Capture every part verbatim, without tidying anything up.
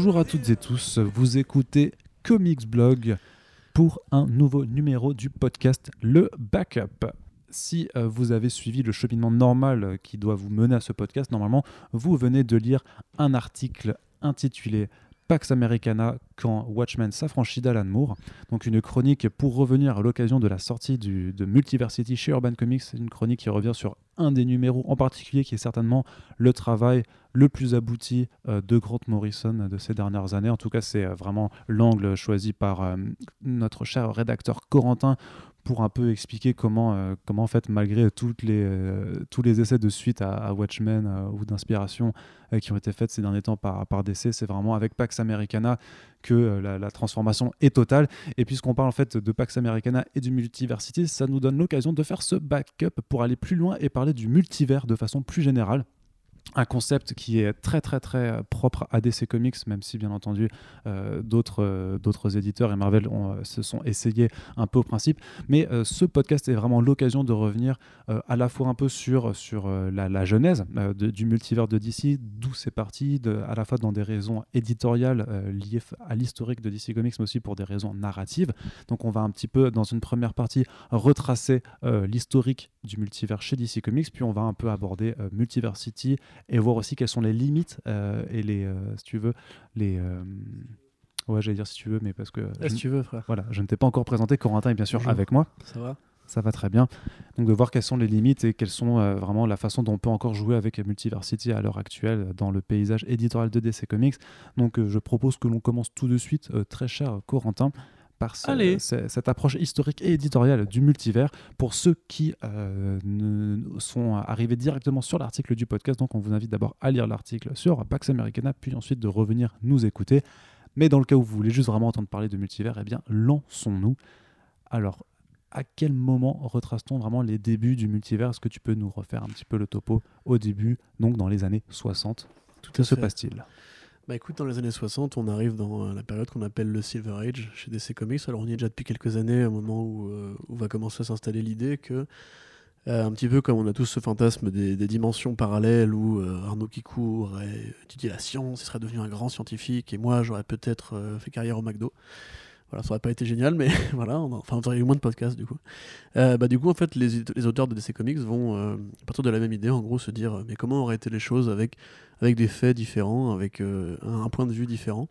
Bonjour à toutes et tous, vous écoutez Comics Blog pour un nouveau numéro du podcast Le Backup. Si euh, vous avez suivi le cheminement normal qui doit vous mener à ce podcast, normalement, vous venez de lire un article intitulé Pax Americana quand Watchmen s'affranchit d'Alan Moore. Donc une chronique pour revenir à l'occasion de la sortie du, de Multiversity chez Urban Comics. C'est une chronique qui revient sur un des numéros en particulier qui est certainement le travail le plus abouti euh, de Grant Morrison de ces dernières années. En tout cas, c'est euh, vraiment l'angle choisi par euh, notre cher rédacteur Corentin pour un peu expliquer comment, euh, comment en fait, malgré toutes les, euh, tous les essais de suite à, à Watchmen euh, ou d'inspiration euh, qui ont été faits ces derniers temps par, par D C, c'est vraiment avec Pax Americana que euh, la, la transformation est totale. Et puisqu'on parle en fait de Pax Americana et du Multiversity, ça nous donne l'occasion de faire ce backup pour aller plus loin et parler du multivers de façon plus générale. Un concept qui est très très très propre à D C Comics, même si bien entendu euh, d'autres, euh, d'autres éditeurs et Marvel ont, euh, se sont essayés un peu au principe. Mais euh, ce podcast est vraiment l'occasion de revenir euh, à la fois un peu sur, sur euh, la, la genèse euh, de, du multivers de D C, d'où c'est parti, de, à la fois dans des raisons éditoriales euh, liées à l'historique de D C Comics, mais aussi pour des raisons narratives. Donc on va un petit peu, dans une première partie, retracer euh, l'historique du multivers chez D C Comics, puis on va un peu aborder euh, Multiversity et voir aussi quelles sont les limites euh, et les, euh, si tu veux, les... Euh... Ouais, j'allais dire si tu veux, mais parce que... Ah, si tu veux, frère. Voilà, je ne t'ai pas encore présenté. Corentin est bien sûr Bonjour. avec moi. Ça va ? Ça va très bien. Donc de voir quelles sont les limites et quelles sont euh, vraiment la façon dont on peut encore jouer avec Multiversity à l'heure actuelle dans le paysage éditorial de D C Comics. Donc euh, je propose que l'on commence tout de suite, euh, très cher Corentin, par ce, ce, cette approche historique et éditoriale du multivers. Pour ceux qui euh, ne, sont arrivés directement sur l'article du podcast, donc on vous invite d'abord à lire l'article sur Pax Americana, puis ensuite de revenir nous écouter. Mais dans le cas où vous voulez juste vraiment entendre parler de multivers, eh bien, lançons-nous. Alors, à quel moment retrace-t-on vraiment les débuts du multivers ? Est-ce que tu peux nous refaire un petit peu le topo au début, donc dans les années soixante ? Que se passe-t-il ? Bah écoute, dans les années soixante, on arrive dans la période qu'on appelle le Silver Age chez D C Comics. Alors on y est déjà depuis quelques années, au moment où, euh, où va commencer à s'installer l'idée que, euh, un petit peu comme on a tous ce fantasme des, des dimensions parallèles où euh, Arnaud Kikou aurait étudié la science, il serait devenu un grand scientifique, et moi j'aurais peut-être euh, fait carrière au McDo. Voilà, ça aurait pas été génial, mais voilà, on a, enfin on aurait eu moins de podcasts du coup. Euh, bah du coup en fait les, les auteurs de D C Comics vont euh, à partir de la même idée en gros se dire mais comment auraient été les choses avec avec des faits différents, avec euh, un, un point de vue différent.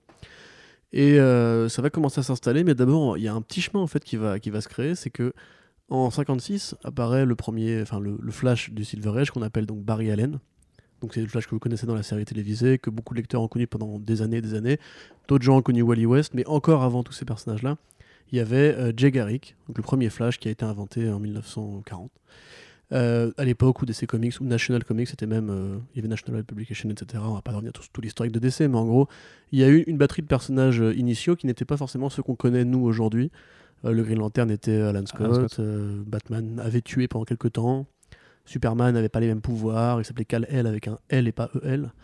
Et euh, ça va commencer à s'installer, mais d'abord il y a un petit chemin en fait qui va qui va se créer, c'est que en cinquante-six apparaît le premier, enfin le, le Flash du Silver Age qu'on appelle donc Barry Allen. Donc c'est le Flash que vous connaissez dans la série télévisée, que beaucoup de lecteurs ont connu pendant des années et des années. D'autres gens ont connu Wally West, mais encore avant tous ces personnages-là, il y avait euh, Jay Garrick, donc le premier Flash qui a été inventé en dix-neuf cent quarante. Euh, à l'époque où D C Comics ou National Comics, c'était même, euh, il y avait National Publication, et cetera. On va pas revenir sur tout, tout l'historique de D C, mais en gros, il y a eu une batterie de personnages euh, initiaux qui n'étaient pas forcément ceux qu'on connaît nous aujourd'hui. Euh, le Green Lantern était Alan Scott, Alan Scott. Euh, Batman avait tué pendant quelques temps. Superman n'avait pas les mêmes pouvoirs, il s'appelait Kal-El avec un L et pas E L.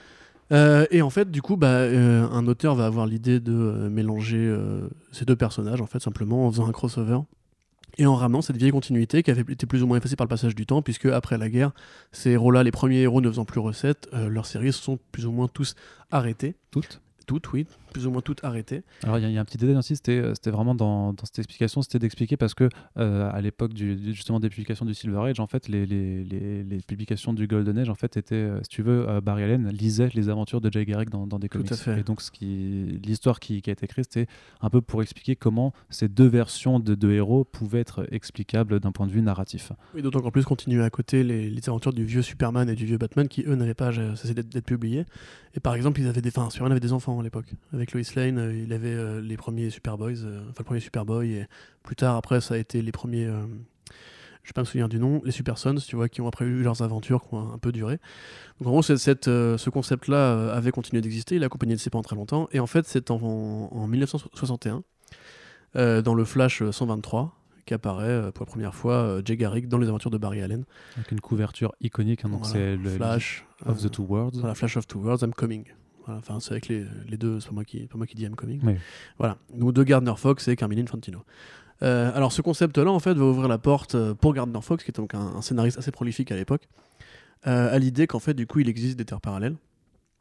Euh, et en fait, du coup, bah, euh, un auteur va avoir l'idée de euh, mélanger euh, ces deux personnages, en fait, simplement en faisant un crossover et en ramenant cette vieille continuité qui avait été plus ou moins effacée par le passage du temps, puisque après la guerre, ces héros-là, les premiers héros ne faisant plus recette, euh, leurs séries se sont plus ou moins tous arrêtées. Toutes Toutes, oui, plus ou moins toutes arrêtées. Alors il y, y a un petit détail aussi, c'était, c'était vraiment dans, dans cette explication, c'était d'expliquer parce que euh, à l'époque du, justement des publications du Silver Age, en fait, les, les, les, les publications du Golden Age, en fait, étaient, euh, si tu veux, euh, Barry Allen lisait les aventures de Jay Garrick dans, dans des comics. Tout à fait. Et donc ce qui, l'histoire qui, qui a été écrite, c'était un peu pour expliquer comment ces deux versions de, de héros pouvaient être explicables d'un point de vue narratif. Oui, d'autant qu'en plus continuer à côté les, les aventures du vieux Superman et du vieux Batman qui eux n'avaient pas cessé d'être, d'être publiés. Et par exemple, ils avaient des, enfin, Superman avait des enfants à l'époque. Avec Lois Lane, euh, il avait euh, les premiers Superboys, euh, enfin le premier Superboy, et plus tard après ça a été les premiers, euh, je vais pas me souvenir du nom, les Super Sons, tu vois, qui ont après eu leurs aventures qui ont un, un peu duré. Donc en gros, c'est, cette, euh, ce concept-là euh, avait continué d'exister, il a accompagné D C pendant très longtemps, et en fait c'est en, en, en dix-neuf cent soixante et un, euh, dans le Flash cent vingt-trois, qu'apparaît euh, pour la première fois euh, Jay Garrick dans les aventures de Barry Allen. Avec une couverture iconique, hein, donc voilà, c'est le Flash of euh, the Two Worlds. Voilà, Flash of Two Worlds, I'm coming. Voilà, enfin, c'est avec les, les deux, c'est pas moi qui, pas moi qui dis I'm coming. Oui. Voilà, donc de Gardner Fox et Carmine Infantino. Euh, alors ce concept-là, en fait, va ouvrir la porte pour Gardner Fox, qui est donc un, un scénariste assez prolifique à l'époque, euh, à l'idée qu'en fait, du coup, il existe des terres parallèles.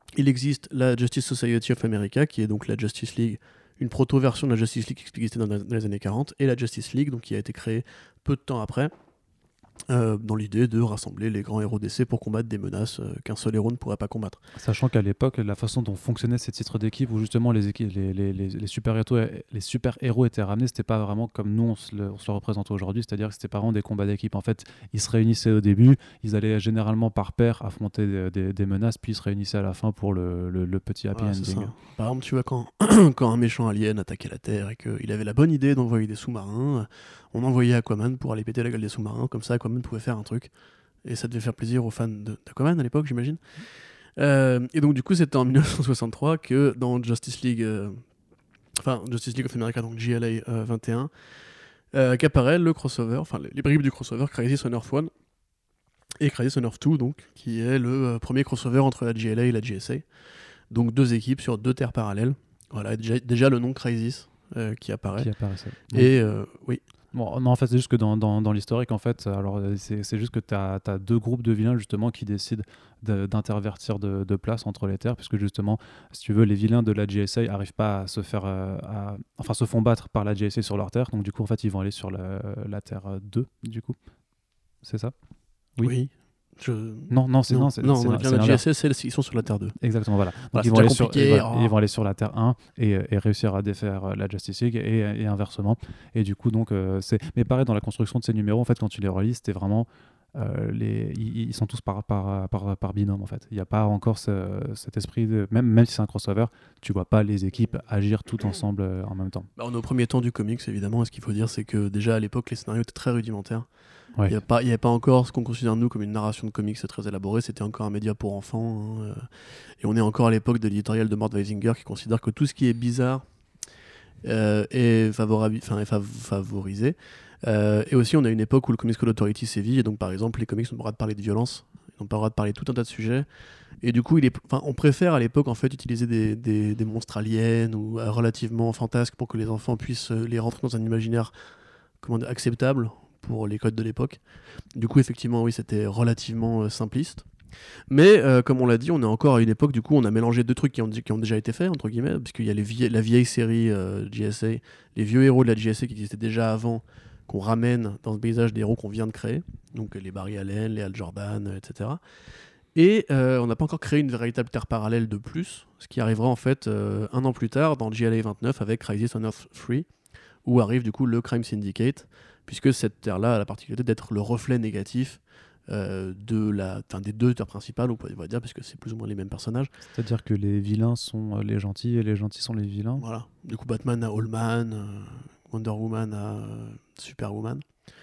il existe la Justice Society of America, qui est donc la Justice League, une proto-version de la Justice League qui existait dans, dans les années quarante, et la Justice League, donc, qui a été créée peu de temps après, Euh, dans l'idée de rassembler les grands héros D C pour combattre des menaces euh, qu'un seul héros ne pourrait pas combattre. Sachant qu'à l'époque, la façon dont fonctionnaient ces titres d'équipe, où justement les, équipes, les, les, les, les super-héros les super-héros étaient ramenés, c'était pas vraiment comme nous on se le, on se le représente aujourd'hui, c'est-à-dire que c'était pas vraiment des combats d'équipe. En fait, ils se réunissaient au début, ils allaient généralement par paire affronter des, des, des menaces, puis ils se réunissaient à la fin pour le, le, le petit happy Voilà, ending. Par exemple, tu vois, quand, quand un méchant alien attaquait la Terre et qu'il avait la bonne idée d'envoyer des sous-marins, on envoyait Aquaman pour aller péter la gueule des sous-marins, comme ça Aquaman pouvait faire un truc. Et ça devait faire plaisir aux fans de- d'Aquaman à l'époque, j'imagine. Euh, et donc, du coup, c'était en dix-neuf cent soixante-trois que dans Justice League, euh, enfin, Justice League of America, donc J L A euh, vingt et un, euh, qu'apparaît le crossover, enfin, les, les bribes du crossover Crisis on Earth un et Crisis on Earth deux, donc, qui est le euh, premier crossover entre la J L A et la J S A. Donc, deux équipes sur deux terres parallèles. Voilà, déjà, déjà le nom Crisis euh, qui apparaît. Qui apparaissait. Et euh, oui. Bon, non, en fait, c'est juste que dans, dans, dans l'historique, en fait, alors c'est, c'est juste que tu as deux groupes de vilains justement qui décident de, d'intervertir de, de place entre les terres, puisque justement, si tu veux, les vilains de la J S A n'arrivent pas à se faire, euh, à, enfin, se font battre par la J S A sur leur terre, donc du coup, en fait, ils vont aller sur la, la terre deux, du coup. C'est ça ? Oui. oui. Je... Non, non, c'est non, non, c'est, non, c'est, non, c'est la J S A, c'est, ils sont sur la Terre deux. Exactement, voilà. Donc voilà ils, vont aller sur, ils, vont, oh. ils vont aller sur la Terre un et, et réussir à défaire la Justice League et, et inversement. Et du coup, donc, euh, c'est... Mais pareil, dans la construction de ces numéros, en fait, quand tu les relis, c'était vraiment... Euh, les... ils, ils sont tous par, par, par, par binôme, en fait. Il n'y a pas encore ce, cet esprit de... Même, même si c'est un crossover, tu vois pas les équipes agir toutes ensemble euh, en même temps. Bah, on est au premier temps du comics, évidemment. Et ce qu'il faut dire, c'est que déjà, à l'époque, les scénarios étaient très rudimentaires. Ouais. Il n'y avait pas encore ce qu'on considère nous comme une narration de comics très élaborée, c'était encore un média pour enfants. Hein, euh, et on est encore à l'époque de l'éditorial de Mort Weisinger qui considère que tout ce qui est bizarre euh, est, favorab- est fav- favorisé. Euh, et aussi, on a une époque où le Comics Code Authority sévit, et donc par exemple, les comics n'ont pas le droit de parler de violence, ils n'ont pas le droit de parler de tout un tas de sujets. Et du coup, il est, on préfère à l'époque en fait utiliser des, des, des monstres aliens ou euh, relativement fantasques pour que les enfants puissent euh, les rentrer dans un imaginaire comment dire, acceptable pour les codes de l'époque. Du coup, effectivement, oui, c'était relativement euh, simpliste. Mais, euh, comme on l'a dit, on est encore à une époque, du coup, on a mélangé deux trucs qui ont, qui ont déjà été faits, entre guillemets, puisqu'il y a les vie- la vieille série euh, J S A, les vieux héros de la J S A qui existaient déjà avant, qu'on ramène dans ce paysage des héros qu'on vient de créer, donc les Barry Allen, les Hal Jordan, euh, et cetera. Et euh, on n'a pas encore créé une véritable terre parallèle de plus, ce qui arrivera en fait euh, un an plus tard dans J L A vingt-neuf avec Crisis on Earth trois, où arrive du coup le Crime Syndicate, puisque cette terre-là a la particularité d'être le reflet négatif euh, de la, des deux terres principales, on pourrait dire, puisque c'est plus ou moins les mêmes personnages. C'est-à-dire que les vilains sont les gentils et les gentils sont les vilains. Voilà. Du coup, Batman a Allman, euh, Wonder Woman a euh, Superwoman,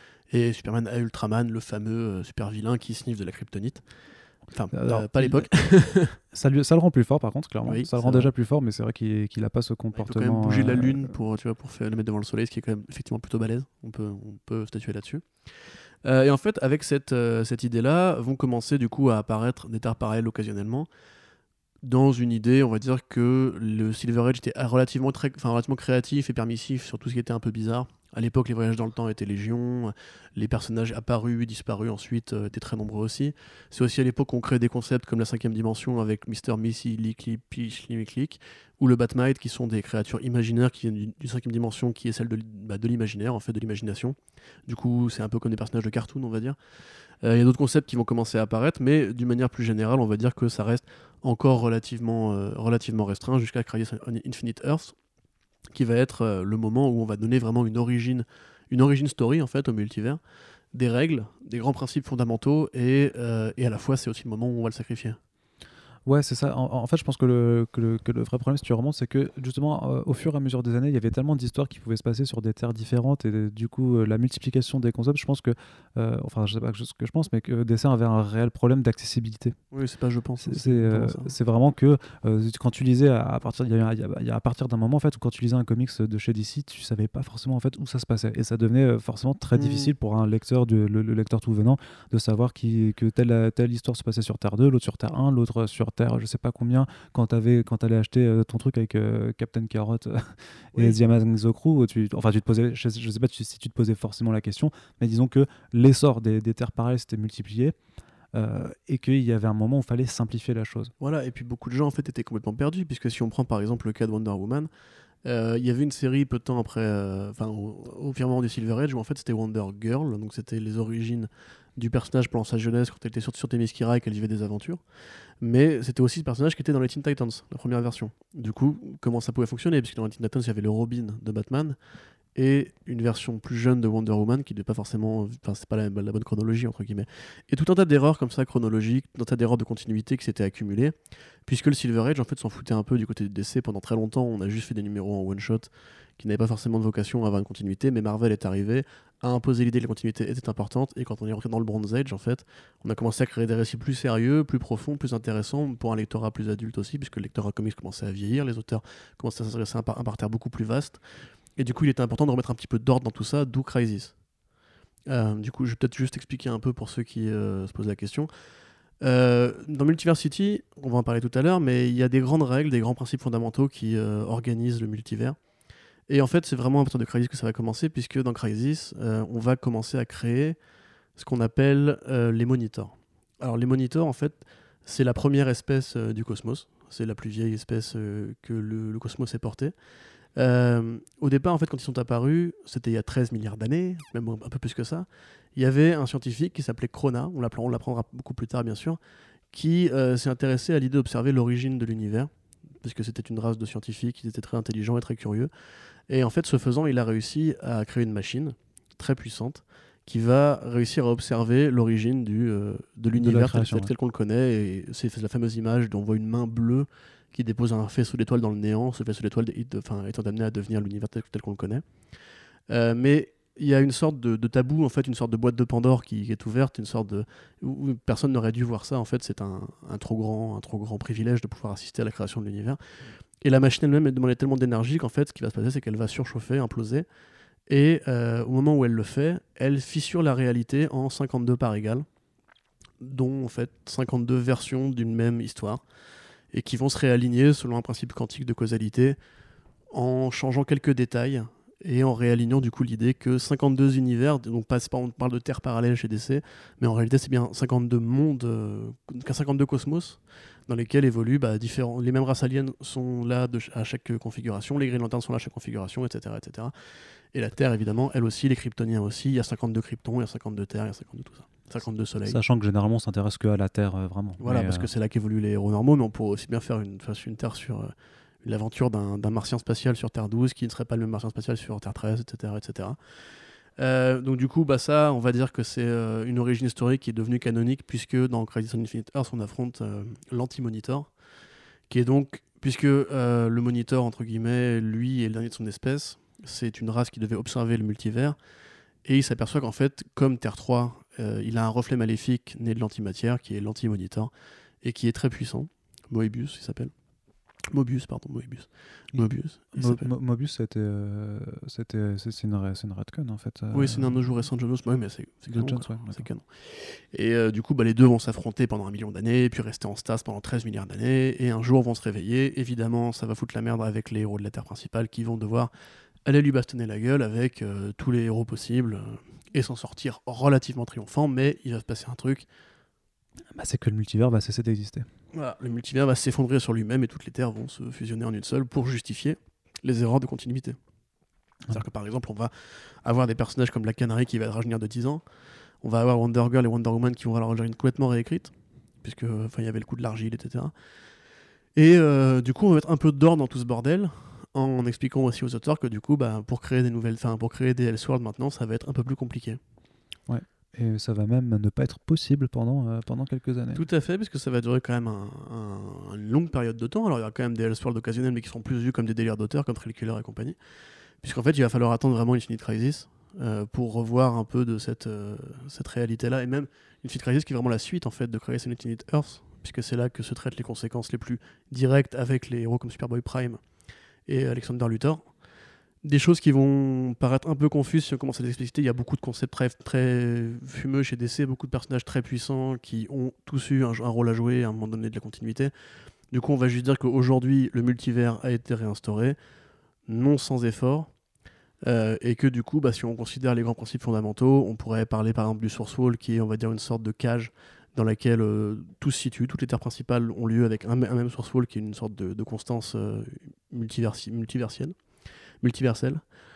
et Superman a Ultraman, le fameux euh, super vilain qui sniffe de la kryptonite. Enfin, Alors, euh, pas à l'époque. ça, lui, ça le rend plus fort, par contre, clairement. Oui, ça le rend va. déjà plus fort, mais c'est vrai qu'il n'a pas ce comportement. Il faut quand même bouger euh... la lune pour, tu vois, pour faire, le mettre devant le soleil, ce qui est quand même effectivement plutôt balèze. On peut, on peut statuer là-dessus. Euh, et en fait, avec cette, euh, cette idée-là, vont commencer du coup à apparaître des terres parallèles occasionnellement, dans une idée, on va dire que le Silver Age était relativement, très, enfin, relativement créatif et permissif sur tout ce qui était un peu bizarre. À l'époque, les voyages dans le temps étaient légion, les personnages apparus, disparus ensuite euh, étaient très nombreux aussi. C'est aussi à l'époque qu'on crée des concepts comme la cinquième dimension avec Mister Missy, Lickly, Peach, Limiklik, ou le Batmite, qui sont des créatures imaginaires qui viennent d'une, d'une cinquième dimension qui est celle de, bah, de l'imaginaire, en fait, de l'imagination. Du coup, c'est un peu comme des personnages de cartoon, on va dire. Il euh, y a d'autres concepts qui vont commencer à apparaître, mais d'une manière plus générale, on va dire que ça reste encore relativement, euh, relativement restreint jusqu'à Crisis on Infinite Earths, qui va être euh, le moment où on va donner vraiment une origine, une origin story en fait au multivers, des règles, des grands principes fondamentaux, et, euh, et à la fois c'est aussi le moment où on va le sacrifier. Ouais, c'est ça. En, en fait, je pense que le, que, le, que le vrai problème, si tu remontes, c'est que justement, euh, au fur et à mesure des années, il y avait tellement d'histoires qui pouvaient se passer sur des terres différentes, et du coup, euh, la multiplication des concepts, je pense que, euh, enfin, je sais pas ce que je pense, mais que D C avait un réel problème d'accessibilité. Oui, c'est pas je pense. C'est, c'est, euh, c'est vraiment que euh, quand tu lisais à, à partir, il y, a, il y a à partir d'un moment en fait où quand tu lisais un comics de chez D C, tu savais pas forcément en fait où ça se passait, et ça devenait euh, forcément très mmh. difficile pour un lecteur, du, le, le lecteur tout venant, de savoir qui, que telle, telle histoire se passait sur Terre deux, l'autre sur Terre un, l'autre sur Terre, je sais pas combien. Quand tu quand allais acheter euh, ton truc avec euh, Captain Carrot euh, et oui. The Amazing Crew, tu, enfin tu te posais, je, je sais pas tu, si tu te posais forcément la question, mais disons que l'essor des, des terres parallèles s'était multiplié. euh, et qu'il y avait un moment où il fallait simplifier la chose. Voilà, et puis beaucoup de gens en fait étaient complètement perdus, puisque si on prend par exemple le cas de Wonder Woman, euh, il y avait une série peu de temps après, enfin euh, au, au firmament du Silver Age, où en fait c'était Wonder Girl, donc c'était les origines du personnage pendant sa jeunesse, quand elle était sur, sur Themyscira et qu'elle vivait des aventures. Mais c'était aussi le personnage qui était dans les Teen Titans, la première version. Du coup, comment ça pouvait fonctionner? Puisque dans les Teen Titans, il y avait le Robin de Batman, et une version plus jeune de Wonder Woman qui n'est pas forcément, enfin c'est pas la, la bonne chronologie entre guillemets, et tout un tas d'erreurs comme ça chronologiques, tout un tas d'erreurs de continuité qui s'étaient accumulées, puisque le Silver Age en fait s'en foutait un peu du côté du D C. Pendant très longtemps on a juste fait des numéros en one shot qui n'avaient pas forcément de vocation à avoir une continuité, mais Marvel est arrivé, a imposé l'idée que la continuité était importante, et quand on est rentré dans le Bronze Age en fait, on a commencé à créer des récits plus sérieux, plus profonds, plus intéressants pour un lectorat plus adulte aussi, puisque le lectorat comics commençait à vieillir, les auteurs commençaient à s'intéresser à un, par- un parterre beaucoup plus vaste. Et du coup, il était important de remettre un petit peu d'ordre dans tout ça, d'où Crisis. Euh, du coup, je vais peut-être juste expliquer un peu pour ceux qui euh, se posent la question. Euh, dans Multiversity, on va en parler tout à l'heure, mais il y a des grandes règles, des grands principes fondamentaux qui euh, organisent le multivers. Et en fait, c'est vraiment à partir de Crisis que ça va commencer, puisque dans Crisis, euh, on va commencer à créer ce qu'on appelle euh, les monitors. Alors, les monitors, en fait, c'est la première espèce euh, du cosmos. C'est la plus vieille espèce euh, que le, le cosmos ait portée. Euh, au départ, en fait, quand ils sont apparus, c'était il y a treize milliards d'années, même un peu plus que ça. Il y avait un scientifique qui s'appelait Krona, on l'apprend- on l'apprendra beaucoup plus tard, bien sûr, qui euh, s'est intéressé à l'idée d'observer l'origine de l'univers, parce que c'était une race de scientifiques, ils étaient très intelligents et très curieux. Et en fait, ce faisant, il a réussi à créer une machine très puissante qui va réussir à observer l'origine du, euh, de l'univers tel, création, tel, tel qu'on le connaît. Et c'est c'est la fameuse image d'on voit une main bleue qui dépose un faisceau d'étoiles dans le néant. Ce faisceau d'étoiles est- enfin, étant amené à devenir l'univers tel, tel qu'on le connaît. Euh, mais il y a une sorte de, de tabou, en fait, une sorte de boîte de Pandore qui, qui est ouverte, une sorte de où où personne n'aurait dû voir ça. En fait, c'est un, un trop grand, un trop grand privilège de pouvoir assister à la création de l'univers. Et la machine elle-même elle demandait tellement d'énergie qu'en fait, ce qui va se passer, c'est qu'elle va surchauffer, imploser. Et euh, au moment où elle le fait, elle fissure la réalité en cinquante-deux parts égales, dont en fait cinquante-deux versions d'une même histoire, et qui vont se réaligner selon un principe quantique de causalité, en changeant quelques détails et en réalignant du coup l'idée que cinquante-deux univers, donc pas, pas on parle de terres parallèles chez D C, mais en réalité c'est bien cinquante-deux mondes, euh, cinquante-deux cosmos dans lesquels évoluent bah, différents, les mêmes races aliens sont là de, à chaque configuration, les Green Lanterns sont là à chaque configuration, et cetera, et cetera. Et la Terre évidemment, elle aussi, les Kryptoniens aussi, il y a cinquante-deux Kryptons, il y a cinquante-deux terres, il y a cinquante-deux tout ça, cinquante-deux soleils. Sachant que généralement on s'intéresse que à la Terre, euh, vraiment. Voilà, Mais, parce euh, que c'est là qu'évoluent les héros normaux, mais on pourrait aussi bien faire une, une Terre sur... Euh, l'aventure d'un, d'un martien spatial sur Terre douze qui ne serait pas le même martien spatial sur Terre treize, et cetera, et cetera. Euh, donc du coup, bah ça, on va dire que c'est euh, une origine historique qui est devenue canonique, puisque dans Crisis on Infinite Earths, on affronte euh, l'anti-monitor, qui est donc, puisque euh, le monitor, entre guillemets, lui est le dernier de son espèce, c'est une race qui devait observer le multivers, et il s'aperçoit qu'en fait, comme Terre trois, euh, il a un reflet maléfique né de l'antimatière, qui est l'anti-monitor, et qui est très puissant. Moebius, il s'appelle. Mobius, pardon, Moebius. Mobius. il Mo- s'appelle. Mo- Mobius, c'était, euh, c'était, c'est, c'est une, re- c'est une retcon en fait. euh, Oui, c'est un ajout récent de Jonas, mais c'est, c'est de canon. Jones, quoi. ouais, c'est d'accord. canon. Et euh, du coup, bah, les deux vont s'affronter pendant un million d'années, puis rester en stase pendant treize milliards d'années, et un jour vont se réveiller. Évidemment, ça va foutre la merde avec les héros de la Terre principale qui vont devoir aller lui bastonner la gueule avec euh, tous les héros possibles euh, et s'en sortir relativement triomphant, mais il va se passer un truc. Bah, c'est que le multivers va cesser d'exister. Voilà, le multivers va s'effondrer sur lui-même et toutes les terres vont se fusionner en une seule pour justifier les erreurs de continuité. C'est-à-dire que par exemple, on va avoir des personnages comme la Canary qui va rajeunir de dix ans, on va avoir Wonder Girl et Wonder Woman qui vont avoir leur origine complètement réécrite, puisque enfin il y avait le coup de l'argile, et cetera. Et euh, du coup, on va mettre un peu d'ordre dans tout ce bordel, en expliquant aussi aux auteurs que du coup, bah, pour créer des nouvelles, enfin pour créer des Elseworlds maintenant, ça va être un peu plus compliqué. Et ça va même ne pas être possible pendant, euh, pendant quelques années. Tout à fait, parce que ça va durer quand même un, un, une longue période de temps. Alors il y aura quand même des Elseworlds occasionnels, mais qui seront plus vus comme des délires d'auteurs, comme Thrill Killer et compagnie. Puisqu'en fait, il va falloir attendre vraiment Infinite Crisis euh, pour revoir un peu de cette, euh, cette réalité-là. Et même Infinite Crisis qui est vraiment la suite en fait de Crisis on Infinite Earths, puisque c'est là que se traitent les conséquences les plus directes avec les héros comme Superboy Prime et Alexander Luthor. Des choses qui vont paraître un peu confuses si on commence à les expliciter. Il y a beaucoup de concepts très, très fumeux chez D C, beaucoup de personnages très puissants qui ont tous eu un, un rôle à jouer à un moment donné de la continuité. Du coup, on va juste dire qu'aujourd'hui, le multivers a été réinstauré, non sans effort, euh, et que du coup, bah, si on considère les grands principes fondamentaux, on pourrait parler par exemple du Source Wall, qui est, on va dire, une sorte de cage dans laquelle euh, tout se situe, toutes les terres principales ont lieu avec un, un même source wall qui est une sorte de, de constance euh, multiversi- multiversienne, multiverselle.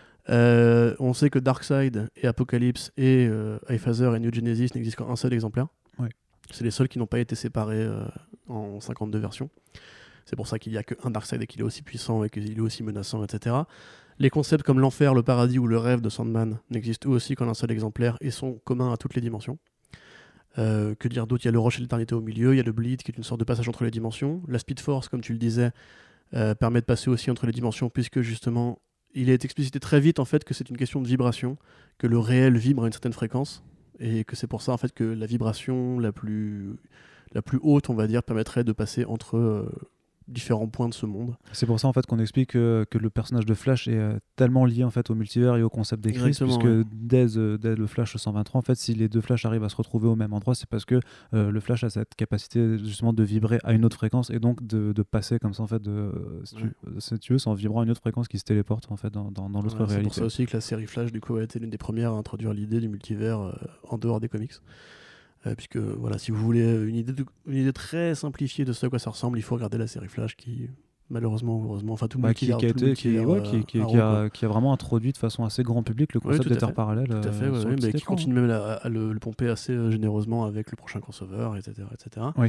Euh, on sait que Darkseid et Apocalypse et euh, Highfather et New Genesis n'existent qu'un seul exemplaire. Ouais. C'est les seuls qui n'ont pas été séparés euh, en cinquante-deux versions. C'est pour ça qu'il n'y a qu'un Darkseid et qu'il est aussi puissant et qu'il est aussi menaçant, et cetera. Les concepts comme l'enfer, le paradis ou le rêve de Sandman n'existent eux aussi qu'en un seul exemplaire et sont communs à toutes les dimensions. Euh, que dire d'autre? Il y a le Roche et l'éternité au milieu, il y a le Bleed qui est une sorte de passage entre les dimensions. La Speed Force, comme tu le disais, euh, permet de passer aussi entre les dimensions puisque justement il est explicité très vite en fait que c'est une question de vibration, que le réel vibre à une certaine fréquence et que c'est pour ça en fait que la vibration la plus, la plus haute, on va dire, permettrait de passer entre euh, différents points de ce monde. C'est pour ça en fait qu'on explique euh, que le personnage de Flash est euh, tellement lié en fait au multivers et au concept des crises, Exactement, puisque ouais. dès, euh, dès le Flash cent vingt-trois, en fait, si les deux Flash arrivent à se retrouver au même endroit, c'est parce que euh, le Flash a cette capacité justement de vibrer à une autre fréquence et donc de, de passer comme ça en fait, de, euh, si, tu, Ouais. euh, si tu veux, en vibrant à une autre fréquence qui se téléporte en fait dans, dans, dans l'autre Voilà, c'est réalité. pour ça aussi que la série Flash du coup a été l'une des premières à introduire l'idée du multivers euh, en dehors des comics. Euh, puisque voilà, si vous voulez une idée, de- une idée très simplifiée de ce à quoi ça ressemble, il faut regarder la série Flash qui, malheureusement ou heureusement, enfin tout le Bah, qui, multivers, qui, a tout le été, qui, multivers, ouais, qui, euh, qui, à qui, Raw, quoi. a, qui a vraiment introduit de façon assez grand public le Ouais, concept tout de à terre fait. parallèle. Tout à fait, ouais, sur ouais, le mais petit qui écran. continue même à, à le, le pomper assez euh, généreusement avec le prochain crossover, et cetera, et cetera. Oui.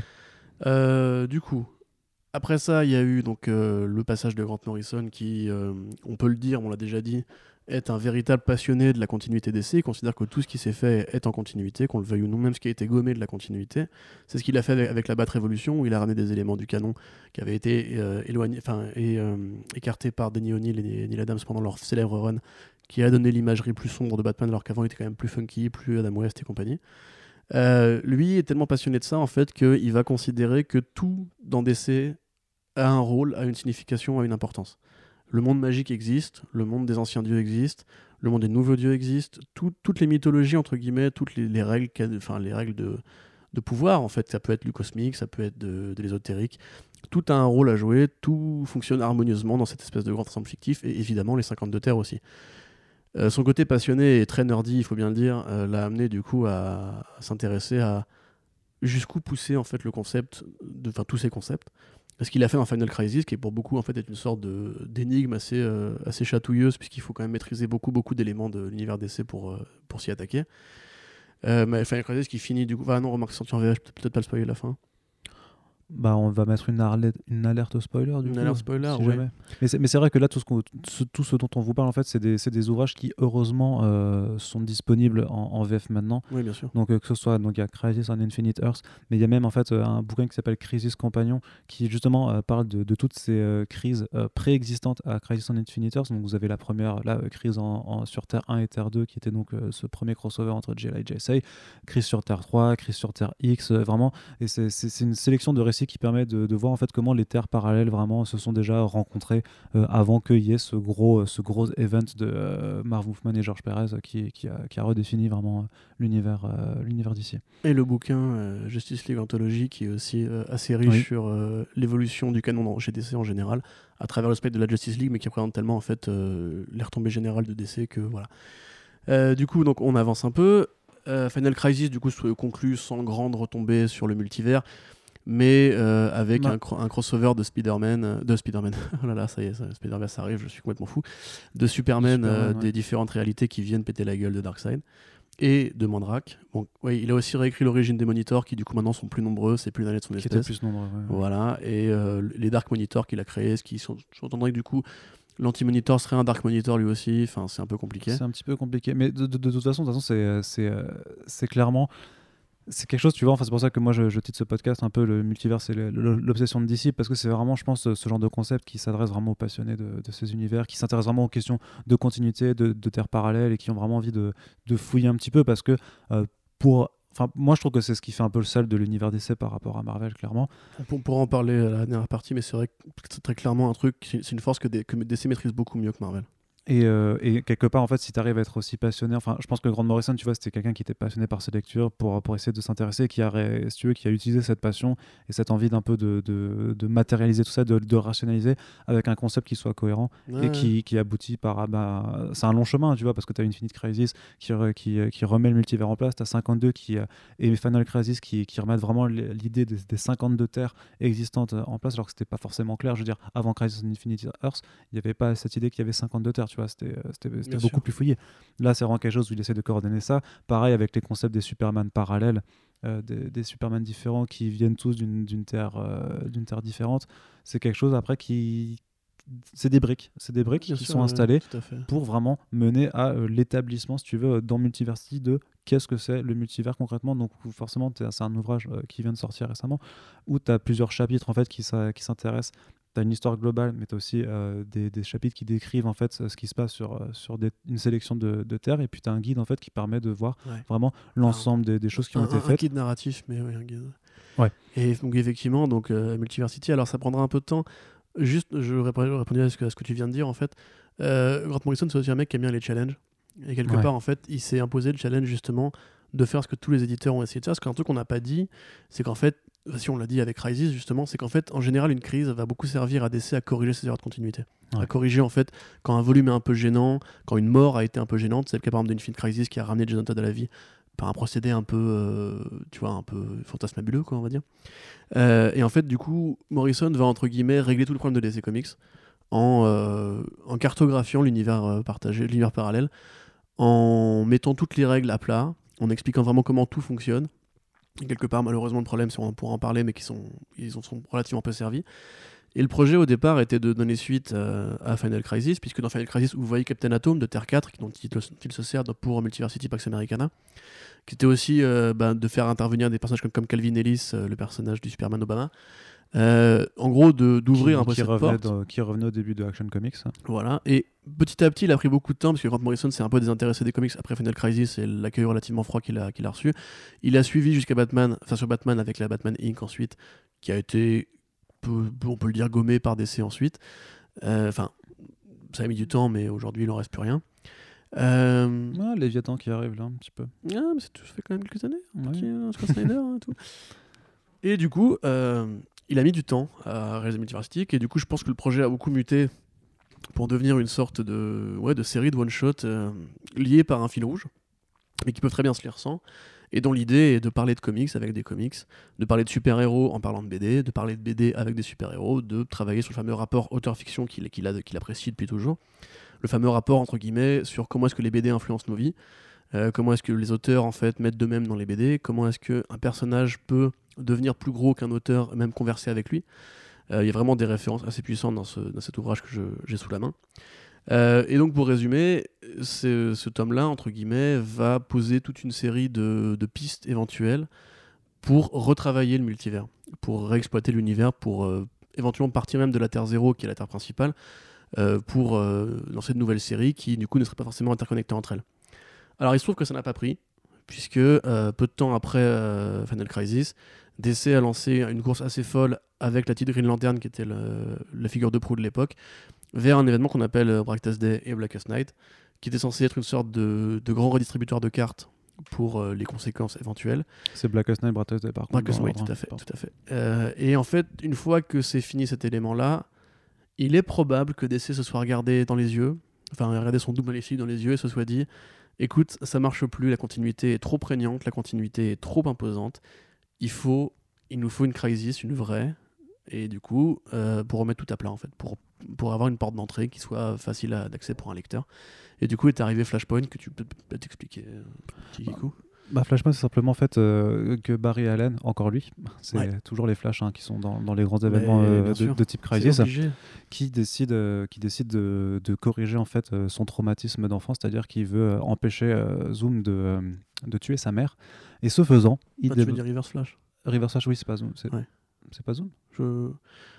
Euh, du coup, après ça, il y a eu donc euh, le passage de Grant Morrison qui, euh, on peut le dire, on l'a déjà dit, est un véritable passionné de la continuité D C. Il considère que tout ce qui s'est fait est en continuité, qu'on le veuille ou non, même ce qui a été gommé de la continuité. C'est ce qu'il a fait avec, avec la Bat Révolution, où il a ramené des éléments du canon qui avaient été euh, éloignés, enfin, et, euh, écartés par Denny O'Neil et Neil Adams pendant leur célèbre run, qui a donné l'imagerie plus sombre de Batman, alors qu'avant il était quand même plus funky, plus Adam West et compagnie. Euh, lui est tellement passionné de ça en fait qu'il va considérer que tout dans D C a un rôle, a une signification, a une importance. Le monde magique existe, le monde des anciens dieux existe, le monde des nouveaux dieux existe, tout, toutes les mythologies entre guillemets, toutes les, les règles, enfin les règles de, de pouvoir en fait, ça peut être du cosmique, ça peut être de, de l'ésotérique, tout a un rôle à jouer, tout fonctionne harmonieusement dans cette espèce de grand ensemble fictif et évidemment les cinquante-deux terres aussi. Euh, son côté passionné et très nerdy, il faut bien le dire, euh, l'a amené du coup à, à s'intéresser à jusqu'où pousser en fait le concept, enfin tous ces concepts. Ce qu'il a fait dans Final Crisis, qui est pour beaucoup en fait est une sorte de, d'énigme assez, euh, assez chatouilleuse, puisqu'il faut quand même maîtriser beaucoup, beaucoup d'éléments de l'univers D C pour, euh, pour s'y attaquer. Euh, mais Final Crisis qui finit du coup. Ah non, remarque, c'est sorti en V H, peut-être pas le spoiler la fin. Bah, on va mettre une, arlette, une alerte au spoiler du Une coup, alerte spoiler, si ouais. jamais. Mais c'est, mais c'est vrai que là, tout ce, qu'on, ce, tout ce dont on vous parle, en fait, c'est des, c'est des ouvrages qui, heureusement, euh, sont disponibles en, en V F maintenant. Oui, bien sûr. Donc, euh, que ce soit, donc il y a Crisis on Infinite Earth, mais il y a même en fait euh, un bouquin qui s'appelle Crisis Companion, qui justement euh, parle de, de toutes ces euh, crises euh, préexistantes à Crisis on Infinite Earth. Donc, vous avez la première, la euh, crise en, en, sur Terre un et Terre deux, qui était donc euh, ce premier crossover entre J L A et J S A, crise sur Terre trois, crise sur Terre X, euh, vraiment. Et c'est, c'est, c'est une sélection de récits qui permet de, de voir en fait comment les terres parallèles vraiment se sont déjà rencontrées euh, avant qu'il y ait ce gros, ce gros event de euh, Marv Wolfman et George Perez qui, qui, a, qui a redéfini vraiment euh, l'univers, euh, l'univers d'ici. Et le bouquin euh, Justice League Anthology qui est aussi euh, assez riche Oui. sur euh, l'évolution du canon dans chez D C en général à travers le spectre de la Justice League, mais qui représente tellement en fait euh, les retombées générales de D C que voilà. Euh, du coup, donc on avance un peu. Euh, Final Crisis du coup se conclut sans grande retombée sur le multivers, mais euh, avec Bah. un, cro- un crossover de Spider-Man, euh, de Spider-Man, oh là là, ça y est, ça, Spider-Verse arrive, je suis complètement fou, de Superman, Superman, euh, ouais. des différentes réalités qui viennent péter la gueule de Darkseid et de Mandrake. Bon, ouais, il a aussi réécrit l'origine des Monitors qui du coup maintenant sont plus nombreux, c'est plus l'année de son Qui étaient espèce. plus nombreux. Ouais, ouais. Voilà, et euh, les Dark Monitors qu'il a créés, ce qui sont, j'entendrais que du coup l'anti-monitor serait un Dark Monitor lui aussi, enfin c'est un peu compliqué. C'est un petit peu compliqué, mais de, de, de toute façon, de toute façon c'est, c'est, euh, c'est clairement c'est quelque chose, tu vois, enfin, c'est pour ça que moi je, je titre ce podcast un peu le multivers, c'est le, le, l'obsession de D C, parce que c'est vraiment, je pense, ce genre de concept qui s'adresse vraiment aux passionnés de, de ces univers, qui s'intéresse vraiment aux questions de continuité, de, de terres parallèles, et qui ont vraiment envie de, de fouiller un petit peu, parce que euh, pour... Enfin, moi je trouve que c'est ce qui fait un peu le sel de l'univers D C par rapport à Marvel, clairement. On pourra en parler à la dernière partie, mais c'est vrai que c'est très clairement un truc, c'est une force que, des, que D C maîtrise beaucoup mieux que Marvel. Et, euh, et quelque part, en fait, si tu arrives à être aussi passionné, enfin, je pense que Grant Morrison, tu vois, c'était quelqu'un qui était passionné par ses lectures pour, pour essayer de s'intéresser, qui a, ré- si tu veux, qui a utilisé cette passion et cette envie d'un peu de, de, de matérialiser tout ça, de, de rationaliser avec un concept qui soit cohérent Ouais, et qui, qui aboutit par. Ah bah, c'est un long chemin, tu vois, parce que tu as Infinite Crisis qui, re- qui, qui remet le multivers en place, tu as cinquante-deux qui, euh, et Final Crisis qui, qui remettent vraiment l'idée des, des cinquante-deux terres existantes en place, alors que c'était pas forcément clair. Je veux dire, avant Crisis on Infinite Earths, il n'y avait pas cette idée qu'il y avait cinquante-deux terres, tu vois, c'était, c'était, c'était beaucoup sûr. plus fouillé. Là, c'est vraiment quelque chose où il essaie de coordonner ça. Pareil avec les concepts des Superman parallèles, euh, des, des Superman différents qui viennent tous d'une, d'une, terre, euh, d'une terre différente. C'est quelque chose après qui. C'est des briques, c'est des briques Bien qui sûr, sont ouais, installées tout à fait. pour vraiment mener à euh, l'établissement, si tu veux, dans Multiversity de qu'est-ce que c'est le multivers concrètement. Donc forcément, c'est un ouvrage euh, qui vient de sortir récemment où tu as plusieurs chapitres en fait qui, ça, qui s'intéressent. Tu as une histoire globale, mais tu as aussi euh, des, des chapitres qui décrivent en fait ce qui se passe sur, euh, sur des, une sélection de, de terres. Et puis tu as un guide en fait qui permet de voir Ouais. vraiment l'ensemble des, des choses qui ont un, été un, faites. Un guide narratif, mais oui, un guide. Ouais. Et donc effectivement, donc euh, Multiversity, alors ça prendra un peu de temps. Juste, je répondais à ce que, à ce que tu viens de dire en fait. Euh, Grant Morrison, c'est aussi un mec qui aime bien les challenges. Et quelque Ouais. part, en fait, il s'est imposé le challenge justement de faire ce que tous les éditeurs ont essayé de faire. Parce qu'un truc qu'on n'a pas dit, c'est qu'en fait, si on l'a dit avec Crisis justement, c'est qu'en fait, en général, une crise va beaucoup servir à D C à corriger ses erreurs de continuité. Ouais. À corriger en fait quand un volume est un peu gênant, quand une mort a été un peu gênante. C'est le cas par exemple d'Infinite Crisis qui a ramené Jason Todd à la vie par un procédé un peu, euh, tu vois, un peu fantasmabuleux, quoi, on va dire. Euh, et en fait, du coup, Morrison va entre guillemets régler tout le problème de D C Comics en, euh, en cartographiant l'univers euh, partagé, l'univers parallèle, en mettant toutes les règles à plat, en expliquant vraiment comment tout fonctionne. Et quelque part, malheureusement, le problème, c'est on pourra en parler, mais qui sont, ils en sont relativement peu servis. Et le projet au départ était de donner suite euh, à Final Crisis, puisque dans Final Crisis, vous voyez Captain Atom de Terre quatre, dont il, dont il se sert pour Multiversity Pax Americana, qui était aussi euh, bah, de faire intervenir des personnages comme, comme Calvin Ellis, euh, le personnage du Superman Obama. Euh, en gros, de, d'ouvrir qui, un peu qui cette revenait porte. dans, qui revenait au début de Action Comics. Voilà. Et petit à petit, il a pris beaucoup de temps, parce que Grant Morrison s'est un peu désintéressé des comics après Final Crisis et l'accueil relativement froid qu'il a, qu'il a reçu. Il a suivi jusqu'à Batman, enfin sur Batman avec la Batman Incorporated ensuite, qui a été, on peut le dire, gommé par D C ensuite. Enfin, euh, ça a mis du temps, mais aujourd'hui, il n'en reste plus rien. Euh... Ah, Léviathan qui arrive là un petit peu. Ah, mais c'est tout, ça fait quand même quelques années. Ouais. Petit, euh, Scott Snyder et tout. Et du coup, euh, il a mis du temps à réaliser Multiversity, et du coup, je pense que le projet a beaucoup muté pour devenir une sorte de, ouais, de série de one-shot euh, liée par un fil rouge, mais qui peuvent très bien se lire sans, et dont l'idée est de parler de comics avec des comics, de parler de super-héros en parlant de B D, de parler de B D avec des super-héros, de travailler sur le fameux rapport auteur-fiction qu'il, qu'il, a, qu'il apprécie depuis toujours, le fameux rapport, entre guillemets, sur comment est-ce que les B D influencent nos vies, euh, comment est-ce que les auteurs, en fait, mettent d'eux-mêmes dans les B D, comment est-ce qu'un personnage peut devenir plus gros qu'un auteur, et même converser avec lui. Il euh, y a vraiment des références assez puissantes dans, ce, dans cet ouvrage que je, j'ai sous la main. Euh, et donc, pour résumer, ce, ce tome-là, entre guillemets, va poser toute une série de, de pistes éventuelles pour retravailler le multivers, pour réexploiter l'univers, pour euh, éventuellement partir même de la Terre Zéro, qui est la Terre principale, euh, pour euh, lancer de nouvelles séries qui, du coup, ne seraient pas forcément interconnectées entre elles. Alors, il se trouve que ça n'a pas pris, puisque euh, peu de temps après euh, Final Crisis, D C a lancé une course assez folle avec la petite Green Lantern, qui était le, la figure de proue de l'époque, vers un événement qu'on appelle euh, Brightest Day et Blackest Night, qui était censé être une sorte de, de grand redistributeur de cartes pour euh, les conséquences éventuelles. C'est Blackest Night, Brightest Day par contre. Blackest Night, tout à fait. Tout à fait. Euh, et en fait, une fois que c'est fini cet élément-là, il est probable que D C se soit regardé dans les yeux, enfin regardé son double maléfique dans les yeux et se soit dit écoute, ça marche plus, la continuité est trop prégnante, la continuité est trop imposante, il faut, il nous faut une crisis, une vraie, et du coup, euh, pour remettre tout à plat en fait, pour, pour avoir une porte d'entrée qui soit facile à, d'accès pour un lecteur. Et du coup est arrivé Flashpoint, que tu peux peut-être expliquer, euh, petit Kikou. Bah, Flashpoint, c'est simplement en fait euh, que Barry Allen, encore lui, c'est ouais. toujours les Flash hein, qui sont dans, dans les grands événements euh, de, de type Crisis, qui décide, euh, qui décide de, de corriger en fait euh, son traumatisme d'enfance, c'est-à-dire qu'il veut euh, empêcher euh, Zoom de, euh, de tuer sa mère. Et ce faisant, il ah, tu veux dire Reverse Flash. Reverse Flash, oui, c'est pas Zoom. C'est, ouais. c'est pas Zoom. Je...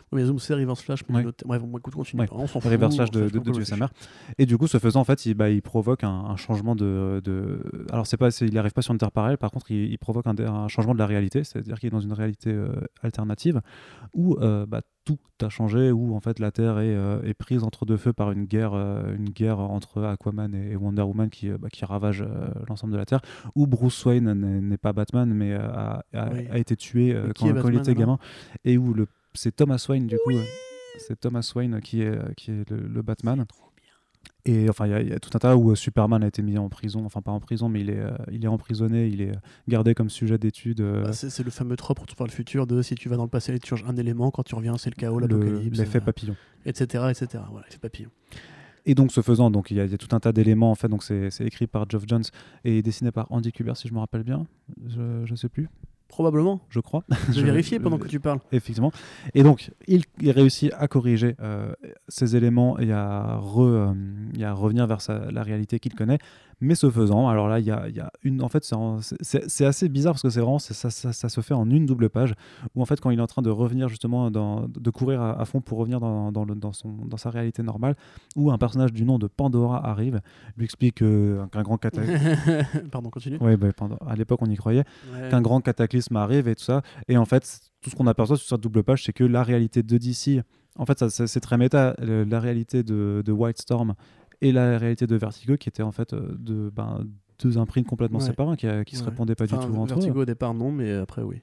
Oui, mais Zoom, c'est Reverse Flash. Mais Ouais. notre... Bref, bon, écoute, continue. Ouais. On s'en fout. Reverse Flash on de, fait de, pas de quoi Dieu sa réfléchir. mère. Et du coup, ce faisant, en fait, il, bah, il provoque un, un changement de, de... Alors, c'est pas, c'est, il n'arrive pas sur une Terre parallèle, par contre, il, il provoque un, un changement de la réalité, c'est-à-dire qu'il est dans une réalité euh, alternative où euh, bah, tout a changé, où en fait la Terre est, euh, est prise entre deux feux par une guerre, euh, une guerre entre Aquaman et, et Wonder Woman qui, euh, bah, qui ravage euh, l'ensemble de la Terre, où Bruce Wayne n'est, n'est pas Batman, mais euh, a, a, Oui. a été tué euh, Mais qui quand, est quand il Batman, était alors gamin, et où le, c'est Thomas Wayne, du coup, euh, c'est Thomas Wayne qui est, qui est le, le Batman. Trop bien. Et enfin, il y, a- il y a tout un tas où euh, Superman a été mis en prison, enfin pas en prison, mais il est, euh, il est emprisonné, il est euh, gardé comme sujet d'étude. euh, Bah, c'est, c'est le fameux trope pour voir le futur de si tu vas dans le passé et tu changes un élément, quand tu reviens, c'est le chaos, le- l'apocalypse, l'effet euh, papillon. et cetera, et cetera. Voilà, l'effet papillon. Et donc, ce faisant, donc il y, a- il y a tout un tas d'éléments en fait. Donc, c'est, c'est écrit par Geoff Johns et dessiné par Andy Kubert, si je me rappelle bien. Je, je sais plus, Probablement. je crois. Je Je- vais vérifier pendant que tu parles. Effectivement. Et donc, il, il réussit à corriger euh, ces éléments et à, re, euh, et à revenir vers sa- la réalité qu'il connaît. Mais ce faisant, alors là, il y a, il y a une. En fait, c'est, en- c'est- c'est- c'est assez bizarre parce que c'est vraiment, c'est- ça, ça, ça se fait en une double page où en fait, quand il est en train de revenir justement, dans, de courir à, à fond pour revenir dans, dans, le- dans, son, dans sa réalité normale, où un personnage du nom de Pandora arrive, lui explique euh, qu'un grand cataclysme. Pardon, continue. Ouais, bah, Pando- à l'époque, on y croyait Ouais. qu'un grand cataclysme arrive et tout ça. Et en fait, tout ce qu'on aperçoit sur cette double page, c'est que la réalité de D C, en fait, ça, ça- c'est très méta, le- la réalité de, de Wildstorm et la réalité de Vertigo, qui étaient en fait euh, de, ben, deux imprints complètement Ouais. séparés, qui, euh, qui se Ouais. répondaient pas Enfin, du tout entre Vertigo eux, au départ, non, mais après, oui.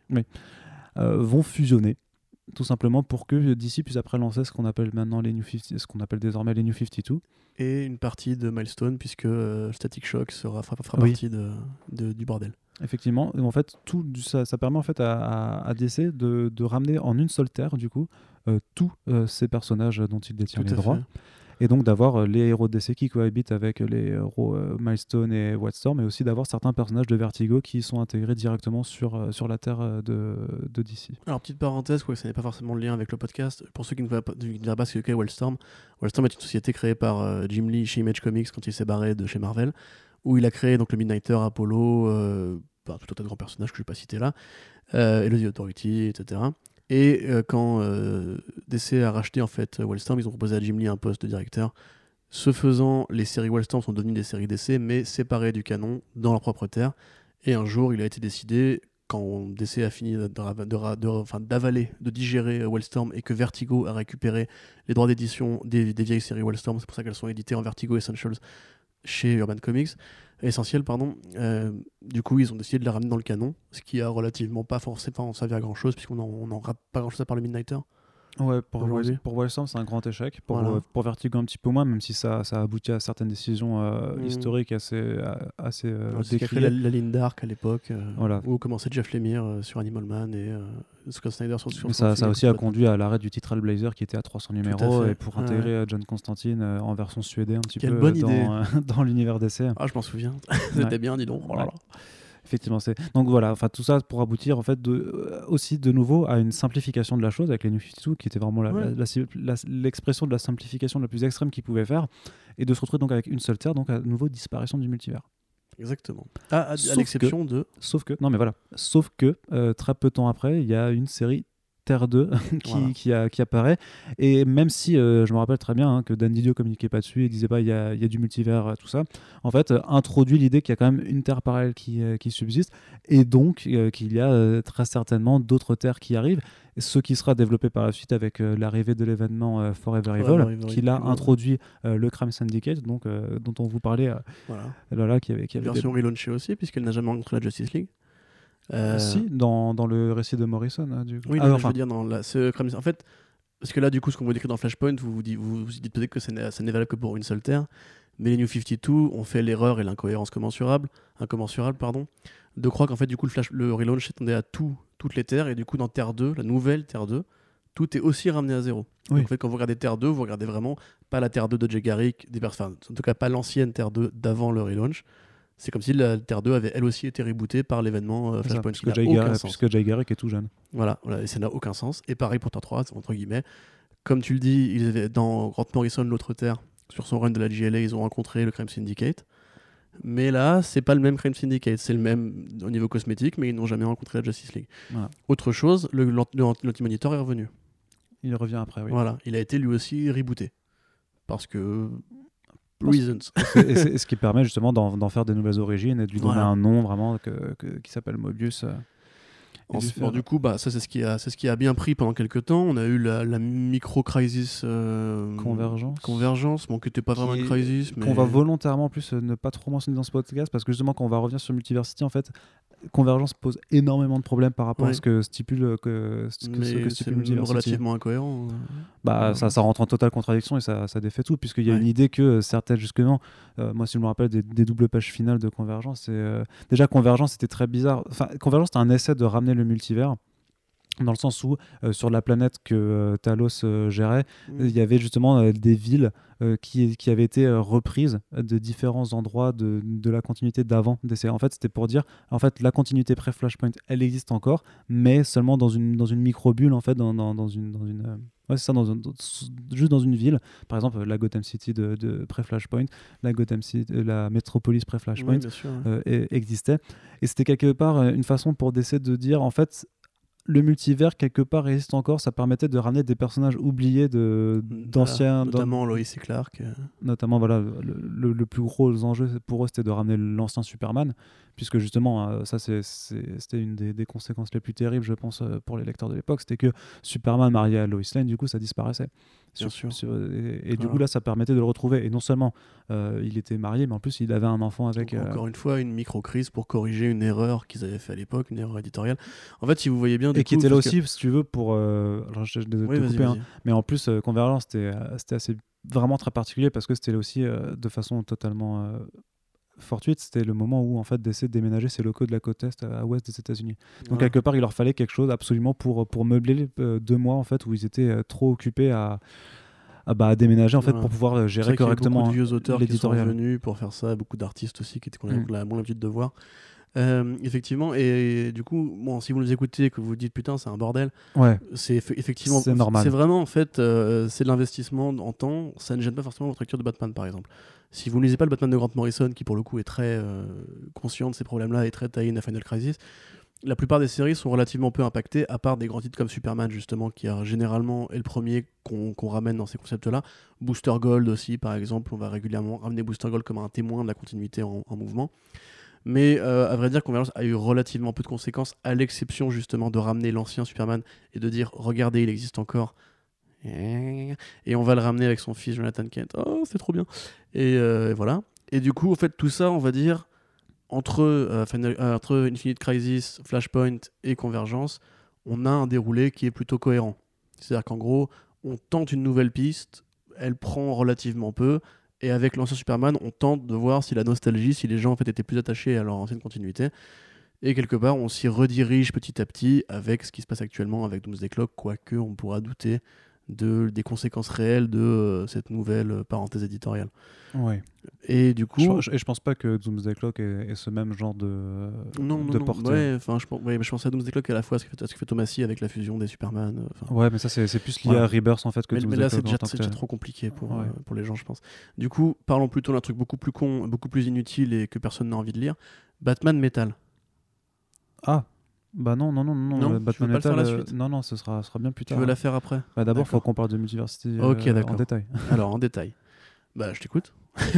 euh, vont fusionner. Tout simplement pour que D C puisse après lancer ce qu'on appelle maintenant les New cinquante, ce qu'on appelle désormais les New cinquante-deux. Et une partie de Milestone, puisque euh, Static Shock sera, fera, fera Oui. partie de, de- du bordel. Effectivement, et en fait, tout, du- ça, ça permet en fait à, à, à D C de, de ramener en une seule terre, du coup, euh, tous euh, ces personnages dont il détient Tout les à droits. fait. Et donc d'avoir euh, les héros de D C qui cohabitent avec les héros euh, Milestone et Wildstorm, mais aussi d'avoir certains personnages de Vertigo qui sont intégrés directement sur, euh, sur la terre euh, de, de D C. Alors, petite parenthèse, quoi, ça n'est pas forcément le lien avec le podcast. Pour ceux qui ne voient pas, qui ne verraient pas ce qu'est Wildstorm, Wildstorm est une société créée par euh, Jim Lee chez Image Comics quand il s'est barré de chez Marvel, où il a créé donc le Midnighter, Apollo, euh, bah, tout un tas de grands personnages que je ne vais pas citer là, euh, et le The Authority, et cetera. Et euh, quand euh, D C a racheté en fait Wildstorm, ils ont proposé à Jim Lee un poste de directeur. Ce faisant, les séries Wildstorm sont devenues des séries D C, mais séparées du canon, dans leur propre terre. Et un jour, il a été décidé, quand D C a fini de, de- de- de- enfin, d'avaler, de digérer euh, Wildstorm, et que Vertigo a récupéré les droits d'édition des, des vieilles séries Wildstorm, c'est pour ça qu'elles sont éditées en Vertigo Essentials chez Urban Comics, Essentiel, pardon. Euh, du coup, ils ont décidé de la ramener dans le canon, ce qui a relativement pas forcément servi à grand chose, puisqu'on en, on en rate pas grand chose à part le Midnighter. Ouais, pour, Aujourd'hui. Wild- pour Wildstorm, c'est un grand échec. Pour, Voilà. euh, pour Vertigo, un petit peu moins, même si ça, ça aboutit à certaines décisions euh, Mhm. historiques assez, euh, assez euh, Alors, c'est ce qu'a fait décriées. la, la ligne Dark à l'époque, euh, Voilà. où commençait Jeff Lemire euh, sur Animal Man et euh, Scott Snyder sur, sur Mais son ça, film ça et aussi a complètement. conduit à l'arrêt du titre Hellblazer qui était à trois cents numéros fait. et pour Ouais. intégrer euh, John Constantine euh, en version suédée un petit Quelle peu bonne dans, idée. euh, dans l'univers D C. Ah, je m'en souviens. C'était Ouais. bien, dis donc. Oh là là. Effectivement, c'est donc voilà, enfin tout ça pour aboutir en fait de, euh, aussi de nouveau à une simplification de la chose avec les New cinquante-deux qui était vraiment la- Ouais. la- la- la- l'expression de la simplification la plus extrême qu'ils pouvaient faire et de se retrouver donc avec une seule terre, donc à nouveau disparition du multivers. Exactement. Ah, à, à Sauf l'exception de. Sauf que non mais voilà, sauf que euh, très peu de temps après, il y a une série Terre deux qui, Voilà. qui, a- qui apparaît et même si euh, je me rappelle très bien hein, que Dan Didio communiquait pas dessus et disait pas il y a, il y a du multivers euh, tout ça, en fait euh, introduit l'idée qu'il y a quand même une Terre parallèle qui, euh, qui subsiste et donc euh, qu'il y a euh, très certainement d'autres terres qui arrivent, ce qui sera développé par la suite avec euh, l'arrivée de l'événement euh, Forever Evil Forever Evil, qui là ouais. introduit euh, le Crime Syndicate donc, euh, dont on vous parlait euh, Voilà. là, là, qui avait, qui Une avait des- version relaunchée aussi, puisqu'elle n'a jamais rencontré la Justice League. Euh, Si, dans, dans le récit de Morrison. hein, du coup. Oui, Ah, non, mais enfin, je veux dire, dans la, ce crime- en fait, parce que là, du coup, ce qu'on vous décrit dans Flashpoint, vous vous dites, vous, vous dites peut-être que ça n'est, ça n'est valable que pour une seule Terre, mais les New cinquante-deux ont fait l'erreur et l'incohérence commensurable, incommensurable, pardon, de croire qu'en fait, du coup, le, flash, le relaunch s'étendait à tout, toutes les Terres, et du coup, dans Terre deux, la nouvelle Terre deux, tout est aussi ramené à zéro. Oui. Donc, en fait, quand vous regardez Terre deux, vous regardez vraiment pas la Terre deux de Jay Garrick, des pers- enfin, en tout cas pas l'ancienne Terre deux d'avant le relaunch. C'est comme si la Terre deux avait elle aussi été rebootée par l'événement euh, c'est ça, Flashpoint, puisque, qui Jay n'a aucun Garrick, sens. puisque Jay Garrick est tout jeune. Voilà, voilà, et ça n'a aucun sens. Et pareil pour Terre trois, entre guillemets. Comme tu le dis, ils avaient, dans Grant Morrison, l'autre Terre, sur son run de la J L A, ils ont rencontré le Crime Syndicate. Mais là, c'est pas le même Crime Syndicate, c'est le même au niveau cosmétique, mais ils n'ont jamais rencontré la Justice League. Voilà. Autre chose, le, l'ant- le- l'Anti-Monitor est revenu. Il revient après, oui. Voilà, il a été lui aussi rebooté. Parce que... Parce- Reasons. C'est- et c'est ce qui permet justement d'en, d'en faire des nouvelles origines et de lui donner Voilà. un nom vraiment que, que- qui s'appelle Mobius. euh, et En- lui bon, faire- du coup, bah, ça c'est ce, qui a, c'est ce qui a bien pris pendant quelques temps. On a eu la, la micro-crisis euh, Convergence. Convergence, bon, qui n'était pas Qui vraiment une est- crisis. Mais... Qu'on va volontairement en plus euh, ne pas trop mentionner dans ce podcast parce que justement quand on va revenir sur Multiversity en fait Convergence pose énormément de problèmes par rapport Ouais. à ce que stipule euh, que, ce que, ce mais que c'est stipule même Multiversity. relativement incohérent. euh. Bah, Ouais. ça, ça rentre en totale contradiction et ça, ça défait tout puisqu'il y a Ouais. une idée que euh, certaines justement euh, moi si je me rappelle des, des doubles pages finales de Convergence c'est, euh, déjà Convergence c'était très bizarre, enfin Convergence c'était un essai de ramener le multivers dans le sens où euh, sur la planète que euh, Talos euh, gérait Mm. il y avait justement euh, des villes euh, qui, qui avaient été euh, reprises de différents endroits de, de la continuité d'avant D C. En fait, c'était pour dire, en fait, la continuité pré-Flashpoint, elle existe encore, mais seulement dans une, dans une micro-bulle, en fait, dans, dans, dans une... Dans une euh, ouais, c'est ça, dans, un- dans- juste dans une ville. Par exemple, la Gotham City de, de pré-Flashpoint, la Gotham City, euh, la métropolis pré-Flashpoint Oui, bien sûr. ouais. euh, e- existait. Et c'était quelque part euh, une façon pour D C de dire, en fait, le multivers, quelque part, existe encore. Ça permettait de ramener des personnages oubliés de, d'anciens... Voilà, notamment Lois et Clark. euh. Notamment, voilà, le, le- le plus gros enjeu pour eux, c'était de ramener l'ancien Superman, puisque justement, euh, ça, c'est, c'est- c'était une des, des conséquences les plus terribles, je pense, euh, pour les lecteurs de l'époque, c'était que Superman marié à Lois Lane, du coup, ça disparaissait. Bien Sur- sûr. sur- et et du Voilà. coup, là, ça permettait de le retrouver. Et non seulement euh, il était marié, mais en plus, il avait un enfant avec... Donc, euh, encore une fois, une micro-crise pour corriger une erreur qu'ils avaient fait à l'époque, une erreur éditoriale. En fait, si vous voyez bien... du et qui coup, était là parce que- aussi, si tu veux, pour... euh, alors, je, je, désolé de Oui, te vas-y, couper, hein, vas-y. mais en plus, euh, Convergence, c'était, euh, c'était assez vraiment très particulier parce que c'était là aussi euh, de façon totalement euh, fortuite. C'était le moment où en fait D C déménageait ses locaux de la côte est à ouest des États-Unis. Donc Voilà. quelque part, il leur fallait quelque chose absolument pour pour meubler les euh, deux mois en fait où ils étaient euh, trop occupés à à, bah, à déménager en fait Voilà. pour pouvoir euh, C'est gérer vrai qu'il y a eu correctement beaucoup de vieux auteurs qui sont l'éditorial. venus pour faire ça, beaucoup d'artistes aussi qui étaient qu'on a Mm. la moins l'habitude de voir. Euh, effectivement, et, du coup, bon, si vous nous écoutez et que vous vous dites putain, c'est un bordel, Ouais, c'est eff- effectivement, C'est normal. c'est vraiment en fait, euh, c'est de l'investissement en temps. Ça ne gêne pas forcément votre lecture de Batman, par exemple. Si vous ne lisez pas le Batman de Grant Morrison, qui pour le coup est très euh, conscient de ces problèmes-là et très tie-in à Final Crisis, la plupart des séries sont relativement peu impactées, à part des grands titres comme Superman, justement, qui a généralement est le premier qu'on qu'on ramène dans ces concepts-là. Booster Gold aussi, par exemple, on va régulièrement ramener Booster Gold comme un témoin de la continuité en, en mouvement. Mais euh, à vrai dire, Convergence a eu relativement peu de conséquences, à l'exception justement de ramener l'ancien Superman et de dire regardez, il existe encore. Et on va le ramener avec son fils Jonathan Kent. Oh, c'est trop bien. Et euh, voilà. Et du coup, en fait, tout ça, on va dire, entre, euh, Final- euh, entre Infinite Crisis, Flashpoint et Convergence, on a un déroulé qui est plutôt cohérent. C'est-à-dire qu'en gros, on tente une nouvelle piste, elle prend relativement peu, et avec l'ancien Superman, on tente de voir si la nostalgie, si les gens en fait étaient plus attachés à leur ancienne continuité. Et quelque part, on s'y redirige petit à petit avec ce qui se passe actuellement avec Doomsday Clock, quoique on pourra douter de, des conséquences réelles de euh, cette nouvelle euh, parenthèse éditoriale. ouais. Et du coup... Je, je- et je pense pas que Doomsday Clock ait, ait ce même genre de non, non, de non. portée. Ouais, enfin, je, pense- ouais, mais je pensais à Doomsday Clock à la fois à ce que fait, à ce que fait Thomasy avec la fusion des Superman. euh, enfin. Ouais, mais ça c'est, c'est plus lié Voilà. à Rebirth en fait que Mais, mais Doomsday là, c'est Clock déjà, en tant c'est que déjà tel. trop compliqué pour, Ouais. euh, pour les gens, je pense. Du coup, parlons plutôt d'un truc beaucoup plus con, beaucoup plus inutile et que personne n'a envie de lire. Batman Metal. Ah, bah non, non, non, non, Non, euh, tu Batman veux pas le faire Metal, la euh, suite non, non, ce sera, ce sera bien plus Tu tard. veux hein. la faire après Bah, d'abord, il faut D'accord. qu'on parle de Multiversity euh, Ok, en d'accord. détail. Alors, en détail. Bah, je t'écoute.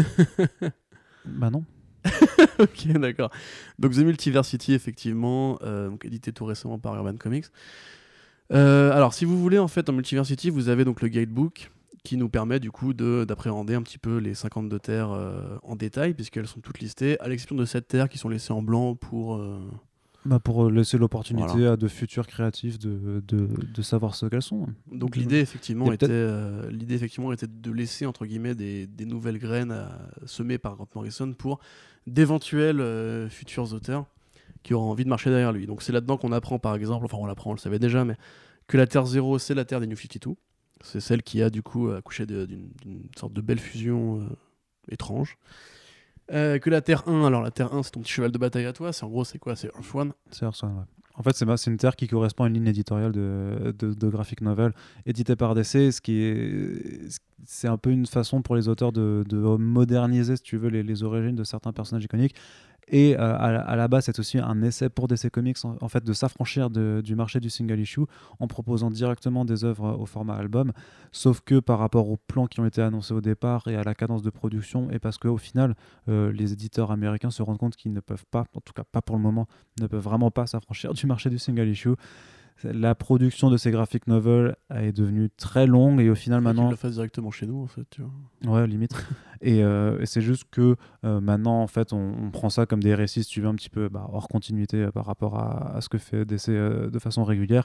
Bah non. Ok, d'accord. Donc The Multiversity, effectivement, euh, donc édité tout récemment par Urban Comics. Euh, alors, si vous voulez, en fait, en Multiversity, vous avez donc le guidebook qui nous permet du coup de, d'appréhender un petit peu les cinquante-deux terres euh, en détail, puisqu'elles sont toutes listées, à l'exception de sept terres qui sont laissées en blanc pour... euh, Bah pour laisser l'opportunité Voilà. à de futurs créatifs de, de, de savoir ce qu'elles sont. Donc De- l'idée effectivement Il y a était, peut-être- euh, l'idée effectivement était de laisser entre guillemets des, des nouvelles graines à semer par Grant Morrison pour d'éventuels euh, futurs auteurs qui auront envie de marcher derrière lui. Donc c'est là-dedans qu'on apprend par exemple, enfin on l'apprend, on le savait déjà, mais que la Terre zéro c'est la Terre des New cinquante-deux. C'est celle qui a du coup accouché de- d'une, d'une sorte de belle fusion euh, étrange. Euh, que la Terre un, alors la Terre un c'est ton petit cheval de bataille à toi, c'est en gros c'est quoi, c'est Earth One. C'est Orson, ouais. En fait, c'est, ma- c'est une terre qui correspond à une ligne éditoriale de, de, de graphic novel éditée par D C, ce qui est, c'est un peu une façon pour les auteurs de, de moderniser, si tu veux, les, les origines de certains personnages iconiques Et euh, à, à la base, c'est aussi un essai pour D C Comics en, en fait de s'affranchir de, du marché du single issue en proposant directement des œuvres au format album. Sauf que par rapport aux plans qui ont été annoncés au départ et à la cadence de production, et parce qu'au final, euh, les éditeurs américains se rendent compte qu'ils ne peuvent pas, en tout cas pas pour le moment, ne peuvent vraiment pas s'affranchir du marché du single issue. La production de ces graphic novels est devenue très longue et au final maintenant... Qu'ils le fassent directement chez nous en fait, tu vois. Ouais, limite. et, euh, et c'est juste que euh, maintenant en fait on, on prend ça comme des récits, si tu veux, un petit peu bah, hors continuité euh, par rapport à, à ce que fait D C euh, de façon régulière.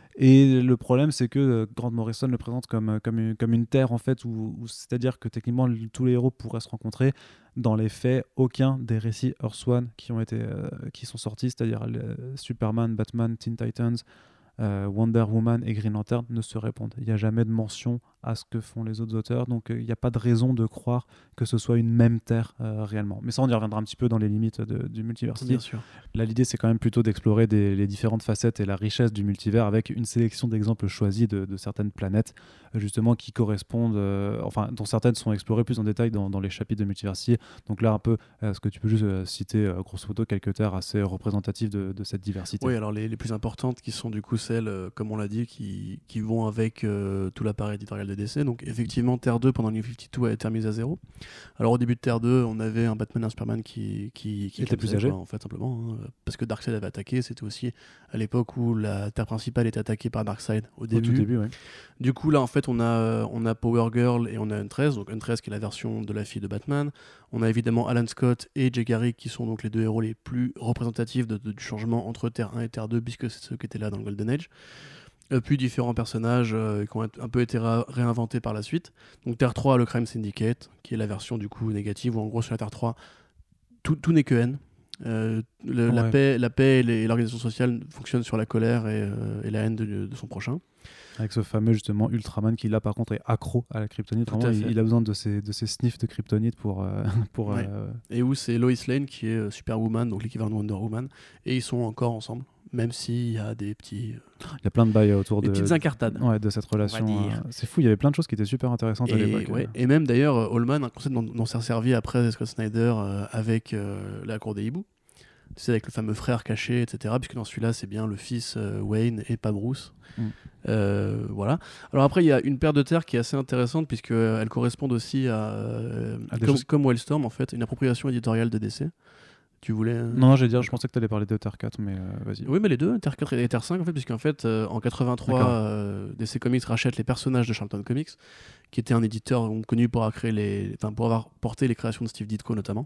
Et le problème, c'est que euh, Grant Morrison le présente comme, comme, une, comme une terre, en fait, où, où c'est-à-dire que techniquement, l- tous les héros pourraient se rencontrer. Dans les faits, aucun des récits Earth One qui, ont été, euh, qui sont sortis, c'est-à-dire euh, Superman, Batman, Teen Titans, euh, Wonder Woman et Green Lantern, ne se répondent. Il n'y a jamais de mention à ce que font les autres auteurs, donc il euh, n'y a pas de raison de croire que ce soit une même terre euh, réellement. Mais ça, on y reviendra un petit peu dans les limites de, du multiverse. Bien sûr. Là, l'idée, c'est quand même plutôt d'explorer des, les différentes facettes et la richesse du multivers avec une sélection d'exemples choisis de, de certaines planètes, justement, qui correspondent, euh, enfin, dont certaines sont explorées plus en détail dans, dans les chapitres de Multiversier. Donc là, un peu, est-ce que tu peux juste euh, citer, euh, grosso modo, quelques terres assez représentatives de, de cette diversité? Oui, alors les, les plus importantes qui sont du coup celles, euh, comme on l'a dit, qui, qui vont avec euh, tout l'appareil éditorial de D C. Donc effectivement, Terre deux pendant New cinquante-deux a été remise à zéro. Alors au début de Terre deux, on avait un Batman et un Superman qui, qui, qui était plus capsaient, âgé, quoi, en fait, simplement, hein, parce que Darkseid avait attaqué. C'était aussi à l'époque où la Terre principale était attaquée par Darkseid au début. Au tout début, ouais. Du coup, là, en fait, on a, on a Power Girl et on a Huntress. Donc Huntress qui est la version de la fille de Batman. On a évidemment Alan Scott et Jay Garrick qui sont donc les deux héros les plus représentatifs de, de, du changement entre Terre un et Terre deux, puisque c'est ceux qui étaient là dans le Golden Age. Euh, puis différents personnages euh, qui ont un peu été ré- réinventés par la suite. Donc Terre trois, le Crime Syndicate, qui est la version du coup négative, où en gros sur la Terre trois, tout, tout n'est que haine. Euh, le, Ouais. la paix, la paix et, les, et l'organisation sociale fonctionnent sur la colère et, euh, et la haine de, de son prochain. Avec ce fameux justement Ultraman qui là par contre est accro à la kryptonite. Tout Vraiment, à il, fait. il a besoin de ces, de ces sniffs de kryptonite pour... euh, pour Ouais. euh, Et où c'est Lois Lane qui est euh, Superwoman, donc l'équivalent de Wonder Woman, et ils sont encore ensemble, même s'il y a des petits, euh, Il y a plein de bails autour des de... petites incartades. Ouais, de cette relation. dire. euh, C'est fou, il y avait plein de choses qui étaient super intéressantes à Et, l'époque. ouais, euh. et même d'ailleurs, euh, Allman, un concept dont, dont s'est servi après Scott Snyder euh, avec euh, La Cour des Hiboux, tu sais, avec le fameux frère caché, et cetera, puisque dans celui-là, c'est bien le fils euh, Wayne et pas Bruce. Mm. Euh, voilà. Alors après, il y a une paire de terres qui est assez intéressante, puisqu'elles correspondent aussi à, euh, À des comme, choses- comme Wildstorm, en fait, une appropriation éditoriale de D C. Tu voulais... euh, Non, non, j'allais dire, je pensais que tu allais parler de Terre quatre, mais euh, vas-y. Oui, mais les deux, Terre quatre et Terre cinq, en fait, puisqu'en fait, euh, en quatre-vingt-trois, D'accord. euh, D C Comics rachète les personnages de Charlton Comics, qui était un éditeur donc, connu pour avoir, créé les... enfin, pour avoir porté les créations de Steve Ditko notamment.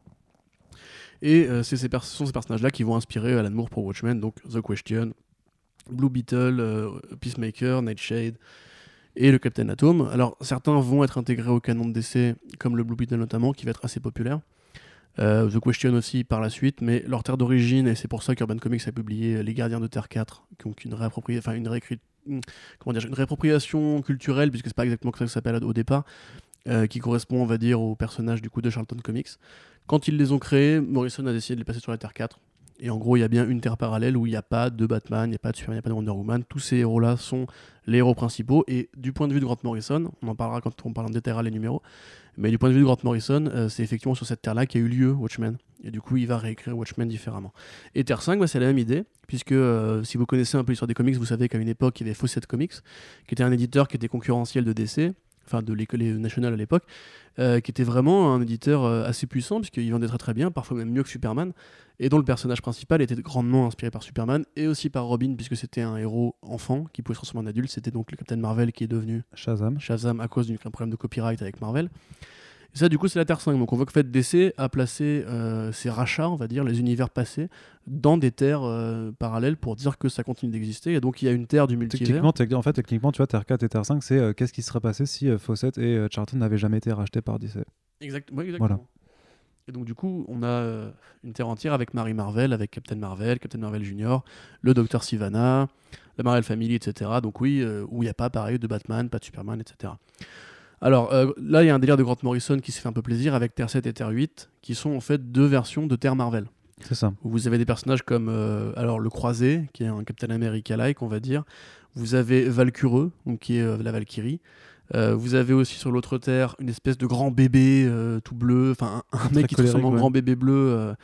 Et euh, c'est ces pers- ce sont ces personnages-là qui vont inspirer Alan Moore pour Watchmen, donc The Question, Blue Beetle, euh, Peacemaker, Nightshade et le Captain Atom. Alors certains vont être intégrés au canon de D C, comme le Blue Beetle notamment, qui va être assez populaire. Euh, The Question aussi par la suite, mais leur terre d'origine, et c'est pour ça qu'Urban Comics a publié Les Gardiens de Terre quatre, qui ont une réappropria- enfin une réécrit- comment dire, une réappropriation culturelle, puisque c'est pas exactement comme ça que ça s'appelle au départ, euh, qui correspond, on va dire, au personnage du coup de Charlton Comics. Quand ils les ont créés, Morrison a décidé de les passer sur la Terre quatre. Et en gros, il y a bien une Terre parallèle où il n'y a pas de Batman, il n'y a pas de Superman, il n'y a pas de Wonder Woman. Tous ces héros-là sont les héros principaux. Et du point de vue de Grant Morrison, on en parlera quand on parlera en détail les numéros, mais du point de vue de Grant Morrison, euh, c'est effectivement sur cette Terre-là qu'a eu lieu Watchmen. Et du coup, il va réécrire Watchmen différemment. Et Terre cinq, bah, c'est la même idée, puisque euh, si vous connaissez un peu l'histoire des comics, vous savez qu'à une époque, il y avait Fawcett Comics, qui était un éditeur qui était concurrentiel de D C, enfin de l'école nationale à l'époque, euh, qui était vraiment un éditeur euh, assez puissant, puisqu'il vendait très très bien, parfois même mieux que Superman, et dont le personnage principal était grandement inspiré par Superman, et aussi par Robin, puisque c'était un héros enfant qui pouvait se transformer en adulte. C'était donc le Captain Marvel qui est devenu Shazam. Shazam à cause d'un problème de copyright avec Marvel. Et ça, du coup, c'est la Terre cinq. Donc on voit que fait, D C a placé euh, ses rachats, on va dire, les univers passés, dans des terres euh, parallèles pour dire que ça continue d'exister. Et donc il y a une terre du multivers. Techniquement, tec- en fait, techniquement, tu vois, Terre quatre et Terre cinq, c'est euh, qu'est-ce qui serait passé si euh, Fawcett et euh, Charlton n'avaient jamais été rachetés par D C. Exact- ouais, exactement. Voilà. Et donc du coup, on a euh, une terre entière avec Mary Marvel, avec Captain Marvel, Captain Marvel Junior, le Docteur Sivana, la Marvel Family, et cetera. Donc oui, euh, où il n'y a pas pareil de Batman, pas de Superman, et cetera. Alors euh, là, il y a un délire de Grant Morrison qui s'est fait un peu plaisir avec Terre sept et Terre huit, qui sont en fait deux versions de Terre Marvel. C'est ça. Où vous avez des personnages comme euh, alors le Croisé, qui est un Captain America-like, on va dire. Vous avez Valkyreux, donc qui est euh, la Valkyrie. Euh, vous avez aussi sur l'autre terre une espèce de grand bébé euh, tout bleu, enfin un, un mec Très qui se ressemble colérique, en ouais. grand bébé bleu, euh,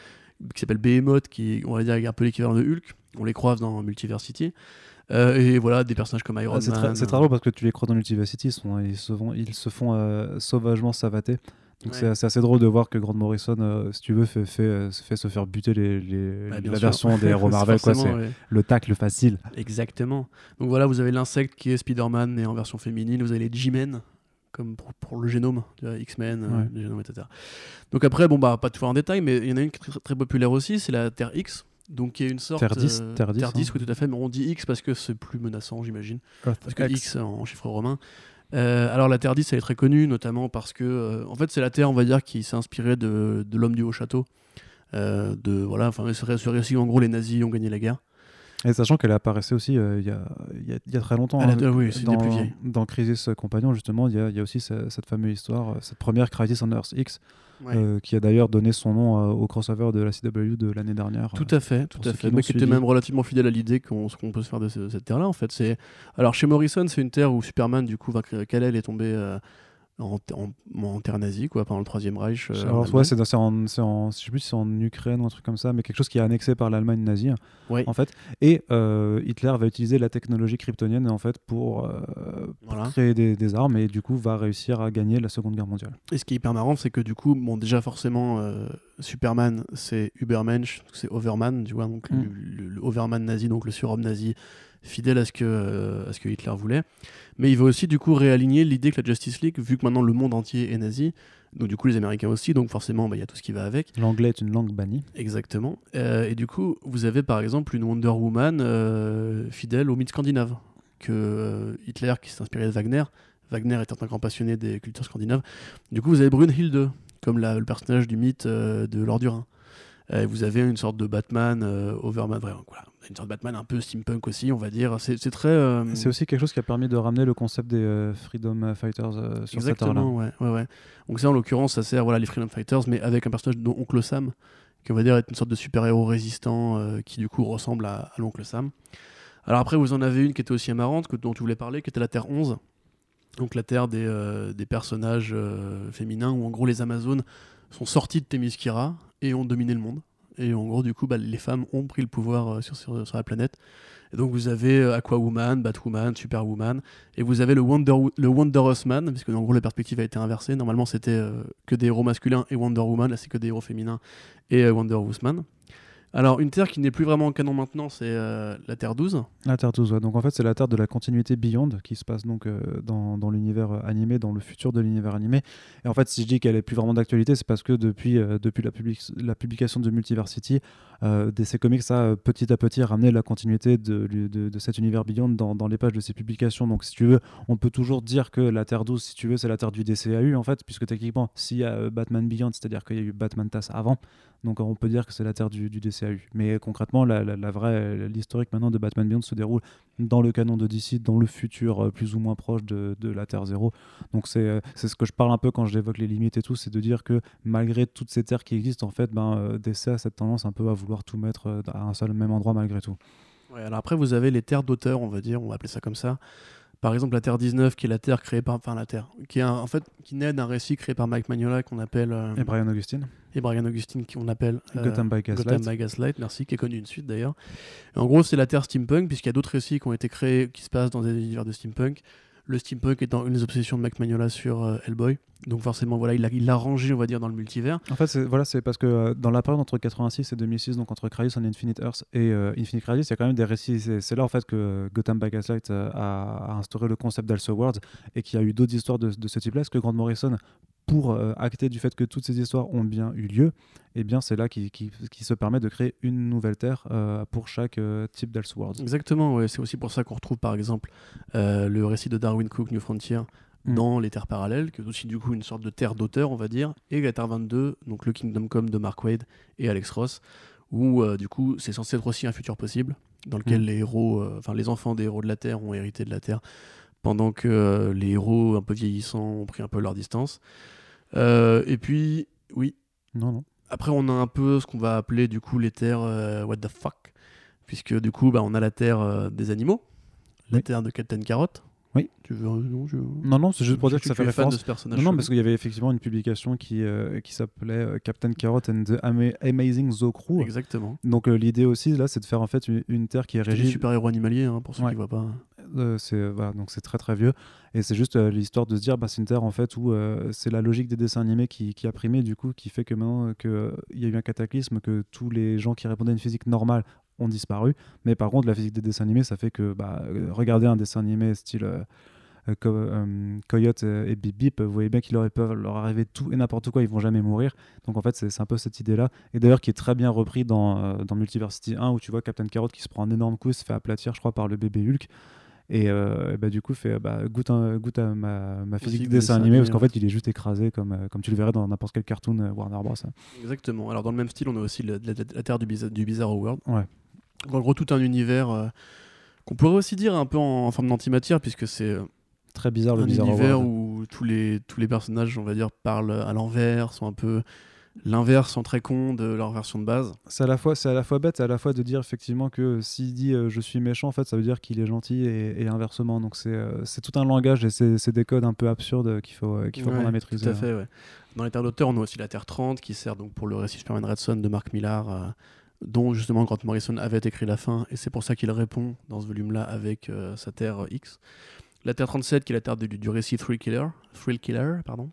qui s'appelle Behemoth, qui on va dire est un peu l'équivalent de Hulk. On les croise dans Multiversity. Euh, et voilà, des personnages comme Iron Ah, c'est Man. très, c'est très drôle parce que tu les crois dans Multiversity, ils, sont, ils se font, ils se font euh, sauvagement savater. Donc Ouais. c'est, c'est assez drôle de voir que Grant Morrison, euh, si tu veux, fait, fait, euh, fait se faire buter les, les, Bah, bien la sûr. version des héros Marvel. Quoi, c'est ouais. le tacle facile. Exactement. Donc voilà, vous avez l'insecte qui est Spider-Man et en version féminine. Vous avez les G-Men, comme pour, pour le génome, tu vois, X-Men, euh, Ouais. le génome, et cetera. Donc après, bon bah pas tout faire en détail, mais il y en a une qui est très, très populaire aussi, c'est la Terre X. Donc qui est une sorte Terre dix, euh, Terre dix, Terre dix, hein. oui tout à fait, mais on dit X parce que c'est plus menaçant, j'imagine. Earth Parce que X. X en, en chiffre romain. Euh, alors la Terre dix, elle est très connue, notamment parce que, euh, en fait, c'est la Terre, on va dire, qui s'est inspirée de, de l'homme du haut château. Euh, de voilà, enfin, ce ce récit, en gros, les nazis ont gagné la guerre. Et sachant qu'elle apparaissait aussi euh, il y, a, il y, a, il y a très longtemps. Elle a- hein, ah oui, c'est une des plus dans, vieilles. dans Crisis Companion, justement, il y a, il y a aussi ce- cette fameuse histoire, euh, cette première Crisis on Earth X, Ouais. euh, qui a d'ailleurs donné son nom euh, au crossover de la C W de l'année dernière. Tout à fait, tout pour à ceux fait. qui Mais l'ont qui était suivi. même relativement fidèle à l'idée qu'on qu'on peut se faire de ce- cette terre-là, en fait. C'est... Alors, chez Morrison, c'est une terre où Superman, du coup, va créer- Kal-El est tombé euh, en, en, en terre nazie, quoi, pendant le Troisième Reich. euh, en Alors, ouais, Allemagne. c'est, dans- c'est en, c'est en, je sais plus si c'est en Ukraine ou un truc comme ça, mais quelque chose qui est annexé par l'Allemagne nazie, Oui, en fait. Et euh, Hitler va utiliser la technologie kryptonienne en fait pour, euh, pour voilà. créer des, des armes et du coup va réussir à gagner la Seconde Guerre mondiale. Et ce qui est hyper marrant, c'est que du coup, bon, déjà forcément, euh, Superman, c'est Übermensch, c'est Overman, tu vois, donc Mm. le, le- le Overman nazi, donc le surhomme nazi, fidèle à ce que, euh, à ce que Hitler voulait. Mais il va aussi du coup réaligner l'idée que la Justice League, vu que maintenant le monde entier est nazi, donc du coup les Américains aussi, donc forcément bah, il y a tout ce qui va avec. L'anglais est une langue bannie. Exactement. Euh, et du coup, vous avez par exemple une Wonder Woman euh, fidèle au mythe scandinave, que euh, Hitler, qui s'est inspiré de Wagner, Wagner était un grand passionné des cultures scandinaves. Du coup, vous avez Brunhilde, comme la- le personnage du mythe euh, de Lord du Rhin. Euh, vous avez une sorte de Batman, euh, Overman, vraiment, voilà, une sorte de Batman un peu steampunk aussi, on va dire. C'est, c'est très. euh, C'est aussi quelque chose qui a permis de ramener le concept des euh, Freedom Fighters euh, sur cette terre-là. Exactement, ouais, ouais, ouais. Donc ça, en l'occurrence, ça sert voilà, les Freedom Fighters, mais avec un personnage dont Oncle Sam, qui on va dire est une sorte de super-héros résistant, euh, qui du coup ressemble à, à l'Oncle Sam. Alors après, vous en avez une qui était aussi amarrante, que, dont tu voulais parler, qui était la Terre onze. Donc la Terre des, euh, des personnages euh, féminins, où en gros les Amazones sont sorties de Themyscira et ont dominé le monde. Et en gros, du coup, bah, les femmes ont pris le pouvoir euh, sur, sur, sur la planète. Et donc vous avez euh, Aquawoman, Batwoman, Superwoman, et vous avez le Wonder, le Wondrous Man, puisque en gros la perspective a été inversée. Normalement c'était euh, que des héros masculins et Wonder Woman, là c'est que des héros féminins et euh, Wonder Woman. Alors une Terre qui n'est plus vraiment en canon maintenant, c'est euh, la Terre douze. La Terre douze, ouais. Donc en fait, c'est la Terre de la continuité Beyond qui se passe donc euh, dans, dans l'univers euh, animé, dans le futur de l'univers animé. Et en fait, si je dis qu'elle est plus vraiment d'actualité, c'est parce que depuis, euh, depuis la, public- la publication de Multiversity, euh, D C Comics a euh, petit à petit ramené la continuité de, de, de cet univers Beyond dans, dans les pages de ses publications. Donc si tu veux, on peut toujours dire que la Terre douze, si tu veux, c'est la Terre du D C A U en fait, puisque techniquement, s'il y a euh, Batman Beyond, c'est-à-dire qu'il y a eu Batman T A S avant, donc on peut dire que c'est la Terre du, du D C A U. Mais concrètement, la, la, la vraie, l'historique maintenant de Batman Beyond se déroule dans le canon de D C, dans le futur euh, plus ou moins proche de, de la Terre zéro. Donc c'est, euh, c'est ce que je parle un peu quand j'évoque les limites et tout, c'est de dire que malgré toutes ces terres qui existent, en fait, ben, euh, D C a cette tendance un peu à vouloir tout mettre euh, à un seul même endroit malgré tout. Ouais, alors après vous avez les terres d'auteur, on va dire, on va appeler ça comme ça. Par exemple la Terre dix-neuf, qui est la Terre créée par, enfin la Terre, qui est un- en fait qui naît d'un récit créé par Mike Mignola qu'on appelle euh, Et Brian Augustine, et Brian Augustine qu'on appelle euh, Gotham by Gaslight. Gotham by Gaslight, merci, qui est connu une suite d'ailleurs. Et en gros, c'est la Terre steampunk, puisqu'il y a d'autres récits qui ont été créés, qui se passent dans des univers de steampunk. Le steampunk étant une des obsessions de Mike Mignola sur euh, Hellboy. Donc forcément, voilà, il l'a il l'a rangé, on va dire, dans le multivers. En fait, c'est, voilà, c'est parce que euh, dans la période entre quatre-vingt-six et deux mille six, donc entre Crisis on Infinite Earth et euh, Infinite Crisis, il y a quand même des récits. C'est, c'est là en fait que euh, Gotham by Gaslight euh, a, a instauré le concept d'Elseworlds et qu'il y a eu d'autres histoires de, de ce type-là. Est-ce que Grant Morrison, pour euh, acter du fait que toutes ces histoires ont bien eu lieu, eh bien c'est là qui, qui, qui se permet de créer une nouvelle Terre euh, pour chaque euh, type d'Elseworlds. Exactement, ouais. C'est aussi pour ça qu'on retrouve par exemple euh, le récit de Darwin Cook, New Frontier, Mm. dans les terres parallèles, qui est aussi du coup une sorte de terre d'auteur, on va dire, et la Terre vingt-deux, donc le Kingdom Come de Mark Waid et Alex Ross, où euh, du coup c'est censé être aussi un futur possible, dans lequel Mm. les héros, euh, enfin les enfants des héros de la Terre ont hérité de la Terre, pendant que euh, les héros un peu vieillissants ont pris un peu leur distance. Euh, et puis, oui, Non, non. après on a un peu ce qu'on va appeler du coup les terres euh, what the fuck, puisque du coup bah, on a la Terre euh, des animaux, la Oui. Terre de Captain Carrot, Oui. Tu veux non, je... Non, non, c'est juste pour dire que ça fait référence. De ce personnage non, non, parce qu'il y avait effectivement une publication qui, euh, qui s'appelait euh, Captain Carrot and the Ama- Amazing Zoo Crew. Exactement. Donc euh, l'idée aussi, là, c'est de faire en fait une, une Terre qui est régie... des super-héros animaliers, hein, pour ceux ouais. qui ne voient pas. Euh, c'est, voilà, donc c'est très très vieux. Et c'est juste euh, l'histoire de se dire, bah, c'est une Terre en fait où euh, c'est la logique des dessins animés qui, qui a primé, du coup, qui fait que maintenant qu'il euh, y a eu un cataclysme, que tous les gens qui répondaient à une physique normale ont disparu. Mais par contre, la physique des dessins animés, ça fait que, bah, euh, regardez un dessin animé style... Euh, Euh, Co- euh, Coyote et Bip Bip, vous voyez bien qu'il leur peut leur arriver tout et n'importe quoi, ils vont jamais mourir. Donc en fait, c'est, c'est un peu cette idée-là. Et d'ailleurs, qui est très bien repris dans, euh, dans Multiversity un, où tu vois Captain Carrot qui se prend un énorme coup, se fait aplatir, je crois, par le bébé Hulk. Et, euh, et bah, du coup, fait bah, goûte, un, goûte à ma, ma physique de dessin animé, parce qu'en fait, il est juste écrasé, comme, euh, comme tu le verrais dans n'importe quel cartoon euh, Warner Bros. Exactement. Alors, dans le même style, on a aussi le, la, la Terre du, Bizarre, du Bizarro World. Ouais. Donc, en gros, tout un univers euh, qu'on pourrait aussi dire un peu en, en forme d'antimatière, puisque c'est. Euh, très bizarre le un Bizarre univers World. où tous les, tous les personnages, on va dire, parlent à l'envers, sont un peu l'inverse, sont très cons de leur version de base. C'est à la fois, c'est à la fois bête, c'est à la fois de dire effectivement que s'il dit euh, je suis méchant, en fait, ça veut dire qu'il est gentil et, et inversement. Donc c'est, euh, c'est tout un langage et c'est, c'est des codes un peu absurdes qu'il faut, euh, qu'il faut ouais, apprendre à maîtriser. Tout à fait, ouais. Dans les terres d'auteur, on a aussi la Terre trente qui sert donc pour le récit Superman Red Son de Mark Millar, euh, dont justement Grant Morrison avait écrit la fin, et c'est pour ça qu'il répond dans ce volume-là avec euh, sa Terre X. La Terre trente-sept qui est la Terre du, du récit Thrill Killer, Thrill Killer pardon.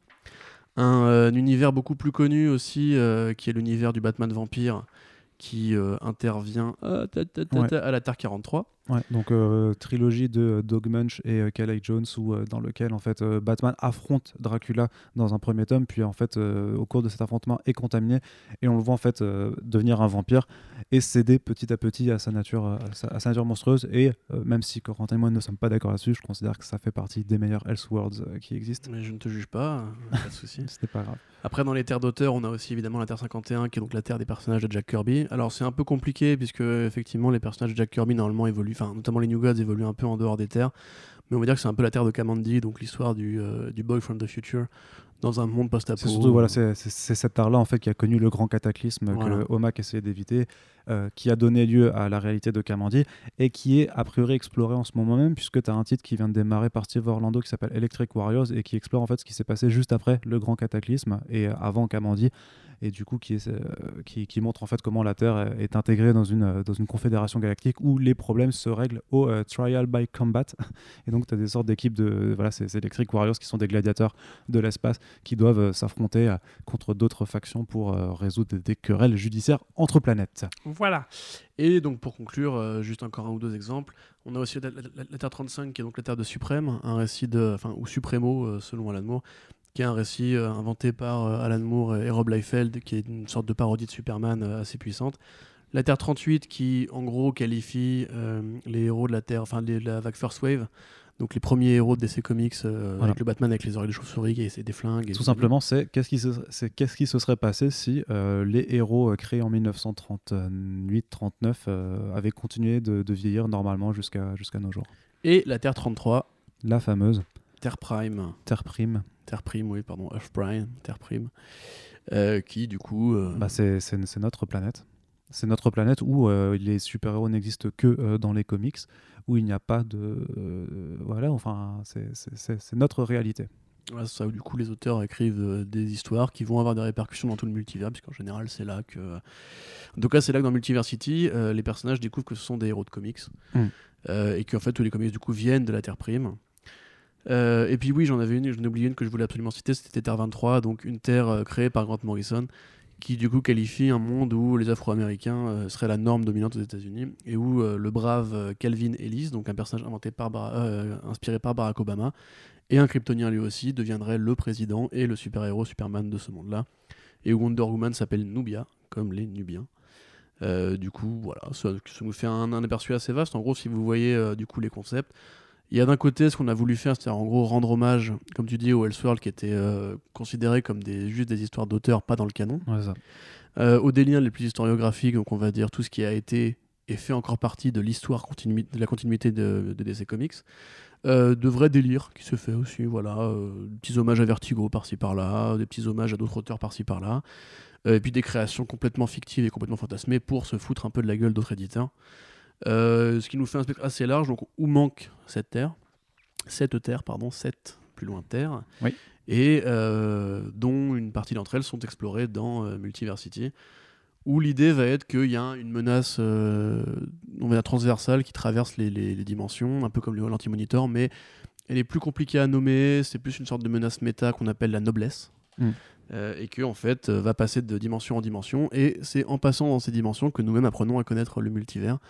Un, euh, un univers beaucoup plus connu aussi, euh, qui est l'univers du Batman vampire, qui euh, intervient euh, ta, ta, ta, Ouais. ta, à la Terre quarante-trois. Ouais, donc euh, trilogie de Doug Munch et euh, Kyle Jones, où, euh, dans lequel en fait euh, Batman affronte Dracula dans un premier tome, puis en fait euh, au cours de cet affrontement est contaminé et on le voit en fait euh, devenir un vampire et céder petit à petit à sa nature, à sa, à sa nature monstrueuse. Et euh, même si Corentin et moi ne sommes pas d'accord là-dessus, je considère que ça fait partie des meilleurs Elseworlds euh, qui existent. Mais je ne te juge pas, pas de souci. Ce n'est pas grave. Après, dans les terres d'auteur, on a aussi évidemment la Terre cinquante et un, qui est donc la terre des personnages de Jack Kirby. Alors, c'est un peu compliqué, puisque effectivement, les personnages de Jack Kirby, normalement, évoluent, enfin, notamment les New Gods, évoluent un peu en dehors des terres. Mais on va dire que c'est un peu la terre de Kamandi, donc l'histoire du, euh, du Boy from the Future, dans un monde post-apo. C'est surtout voilà, c'est, c'est, c'est cette terre-là en fait qui a connu le grand cataclysme voilà. que Omak essayait d'éviter, euh, qui a donné lieu à la réalité de Kamandi et qui est a priori explorée en ce moment même, puisque tu as un titre qui vient de démarrer par Steve Orlando qui s'appelle Electric Warriors et qui explore en fait ce qui s'est passé juste après le grand cataclysme et avant Kamandi, et du coup qui, est, euh, qui, qui montre en fait comment la Terre est intégrée dans une, euh, dans une confédération galactique où les problèmes se règlent au euh, trial by combat. Et donc tu as des sortes d'équipes de voilà, c'est, c'est Electric Warriors qui sont des gladiateurs de l'espace qui doivent euh, s'affronter euh, contre d'autres factions pour euh, résoudre des, des querelles judiciaires entre planètes. Voilà. Et donc pour conclure, euh, juste encore un ou deux exemples, on a aussi la, la, la, la Terre trente-cinq qui est donc la Terre de Suprême, un récit de, enfin ou Supremo euh, selon Alan Moore, qui est un récit euh, inventé par euh, Alan Moore et Rob Liefeld, qui est une sorte de parodie de Superman euh, assez puissante. La Terre trente-huit qui en gros qualifie euh, les héros de la Terre, enfin de la vague First Wave. Donc les premiers héros de D C Comics, euh, voilà. avec le Batman avec les oreilles de chauve-souris et des flingues. Et tout simplement, c'est qu'est-ce, qui se, c'est qu'est-ce qui se serait passé si euh, les héros euh, créés en dix-neuf cent trente-huit trente-neuf euh, avaient continué de, de vieillir normalement jusqu'à, jusqu'à nos jours. Et la Terre trente-trois. La fameuse. Terre Prime. Terre Prime. Terre Prime, oui, pardon. Earth Prime, Terre Prime. Euh, qui, du coup... Euh... Bah, c'est, c'est, c'est notre planète. C'est notre planète où euh, les super-héros n'existent que euh, dans les comics, où il n'y a pas de... Euh, voilà, enfin, c'est, c'est, c'est, c'est notre réalité. Ouais, c'est ça, où du coup les auteurs écrivent euh, des histoires qui vont avoir des répercussions dans tout le multivers, puisqu'en général c'est là que... En tout cas, c'est là que dans Multiversity, euh, les personnages découvrent que ce sont des héros de comics, mm. euh, et qu'en fait tous les comics du coup viennent de la Terre Prime. Euh, et puis oui, j'en avais une, j'en ai oublié une que je voulais absolument citer, c'était Terre vingt-trois, donc une Terre euh, créée par Grant Morrison, qui du coup qualifie un monde où les Afro-Américains euh, seraient la norme dominante aux États-Unis, et où euh, le brave euh, Calvin Ellis, donc un personnage inventé par Bar- euh, inspiré par Barack Obama, et un Kryptonien lui aussi, deviendrait le président et le super-héros Superman de ce monde-là, et où Wonder Woman s'appelle Nubia, comme les Nubiens. Euh, du coup, voilà, ça, ça nous fait un, un aperçu assez vaste. En gros, si vous voyez euh, du coup les concepts, il y a d'un côté ce qu'on a voulu faire, c'est-à-dire en gros rendre hommage, comme tu dis, au Elseworld qui était euh, considéré comme des, juste des histoires d'auteurs, pas dans le canon. Ouais, ça. Euh, aux des liens les plus historiographiques, donc on va dire tout ce qui a été et fait encore partie de l'histoire continu- de la continuité de, de D C Comics. Euh, de vrais délires qui se fait aussi, voilà, euh, des petits hommages à Vertigo par-ci par-là, des petits hommages à d'autres auteurs par-ci par-là, euh, et puis des créations complètement fictives et complètement fantasmées pour se foutre un peu de la gueule d'autres éditeurs. Euh, ce qui nous fait un spectre assez large, donc où manque cette terre. sept terres, pardon, sept plus loin terres, oui. et euh, dont une partie d'entre elles sont explorées dans euh, Multiversity, où l'idée va être qu'il y a une menace euh, on va dire transversale qui traverse les, les, les dimensions, un peu comme l'anti-monitor, mais elle est plus compliquée à nommer, c'est plus une sorte de menace méta qu'on appelle la noblesse, mm. euh, et qui en fait va passer de dimension en dimension, et c'est en passant dans ces dimensions que nous-mêmes apprenons à connaître le multivers,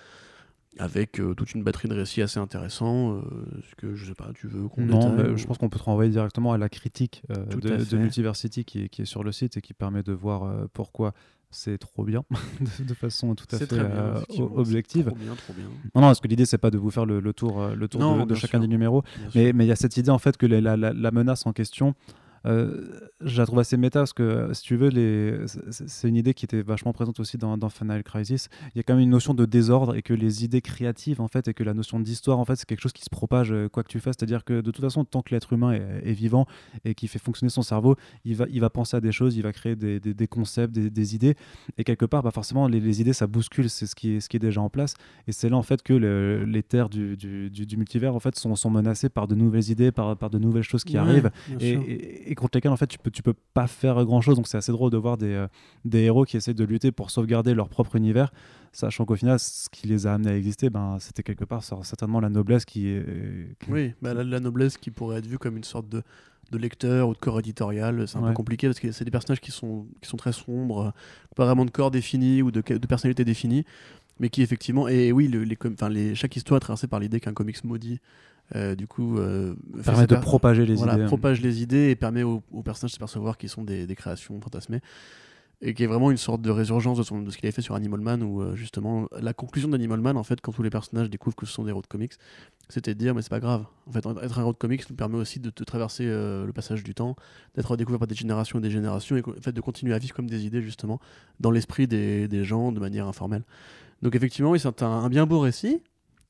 avec euh, toute une batterie de récits assez intéressants. Euh, est-ce que, je sais pas, tu veux qu'on Non, détaille, mais ou... je pense qu'on peut te renvoyer directement à la critique euh, de, de Multiversity qui est, qui est sur le site et qui permet de voir euh, pourquoi c'est trop bien, de, de façon tout à c'est fait bien, euh, objective. Trop bien, trop bien. Non, non, parce que l'idée, c'est pas de vous faire le, le tour, le tour non, de, de chacun sûr. des numéros, mais il y a cette idée en fait que la, la, la menace en question, Euh, je la trouve assez méta parce que si tu veux les... c'est une idée qui était vachement présente aussi dans, dans Final Crisis. Il y a quand même une notion de désordre et que les idées créatives en fait et que la notion d'histoire en fait c'est quelque chose qui se propage quoi que tu fasses, c'est-à-dire que de toute façon tant que l'être humain est, est vivant et qui fait fonctionner son cerveau, il va, il va penser à des choses, il va créer des, des, des concepts, des, des idées, et quelque part bah forcément les, les idées ça bouscule, c'est ce qui est, ce qui est déjà en place, et c'est là en fait que le, les terres du, du, du, du multivers en fait sont, sont menacées par de nouvelles idées, par, par de nouvelles choses qui ouais, arrivent et, et, et contre lesquelles en fait tu peux tu peux pas faire grand chose, donc c'est assez drôle de voir des, euh, des héros qui essaient de lutter pour sauvegarder leur propre univers, sachant qu'au final ce qui les a amenés à exister ben, c'était quelque part certainement la noblesse qui est qui... oui bah, la, la noblesse qui pourrait être vue comme une sorte de, de lecteur ou de corps éditorial, c'est un ouais. peu compliqué parce que c'est des personnages qui sont, qui sont très sombres, pas vraiment de corps défini ou de, de personnalité définie, mais qui effectivement, et oui le, les, les, chaque histoire est traversée par l'idée qu'un comics maudit Euh, du coup, euh, permet de per- propager les voilà, idées. propage les idées et permet aux, aux personnages de s'apercevoir qu'ils sont des, des créations fantasmées, et qui est vraiment une sorte de résurgence de, son, de ce qu'il avait fait sur Animal Man, où euh, justement la conclusion d'Animal Man, en fait, quand tous les personnages découvrent que ce sont des héros de comics, c'était de dire mais c'est pas grave. En fait, être un héros de comics nous permet aussi de, de traverser euh, le passage du temps, d'être découvert par des générations et des générations, et en fait, de continuer à vivre comme des idées justement dans l'esprit des, des gens de manière informelle. Donc effectivement, oui, c'est un, un bien beau récit.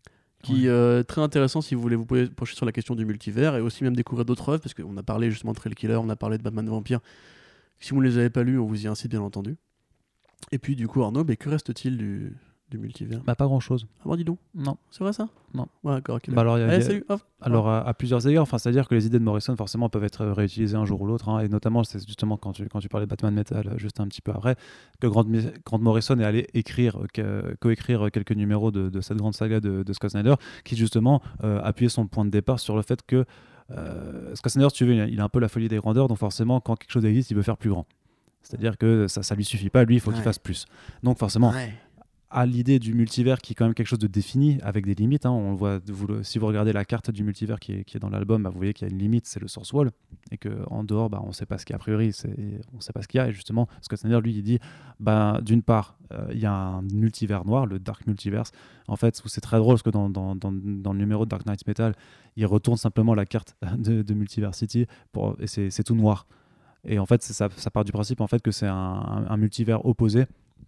Qui est ouais. euh, très intéressant si vous voulez vous pencher sur la question du multivers et aussi même découvrir d'autres œuvres, parce qu'on a parlé justement de Trail Killer, on a parlé de Batman Vampire. Si vous ne les avez pas lus, on vous y incite bien entendu. Et puis du coup Arnaud, mais que reste-t-il du, du multivers ? Bah pas grand-chose. Ah bon, dis donc. Non. C'est vrai ça ? Non. Ouais, d'accord. Okay, bah alors, y a, Allez, y a... salut. Oh. Alors à, à plusieurs égards, enfin c'est-à-dire que les idées de Morrison forcément peuvent être réutilisées un jour ou l'autre, hein, et notamment c'est justement quand tu quand tu parlais de Batman Metal juste un petit peu après que Grant, Grant Morrison est allé écrire que, coécrire quelques numéros de, de cette grande saga de, de Scott Snyder, qui justement euh, appuyait son point de départ sur le fait que euh, Scott Snyder, si tu veux, il a, il a un peu la folie des grandeurs, donc forcément quand quelque chose existe, il veut faire plus grand. C'est-à-dire que ça ça lui suffit pas, lui il faut ouais. qu'il fasse plus. Donc forcément. Ouais. À l'idée du multivers qui est quand même quelque chose de défini avec des limites, hein. On le voit, vous le, si vous regardez la carte du multivers qui est, qui est dans l'album, bah vous voyez qu'il y a une limite, c'est le source wall, et qu'en dehors bah, on ne sait pas ce qu'il y a a priori, c'est, on ne sait pas ce qu'il y a, et justement Scott Snyder lui il dit bah, d'une part il euh, y a un multivers noir, le Dark Multiverse, en fait où c'est très drôle parce que dans, dans, dans, dans le numéro de Dark Knight Metal il retourne simplement la carte de, de Multiversity pour, et c'est, c'est tout noir, et en fait ça, ça part du principe en fait que c'est un, un, un multivers opposé,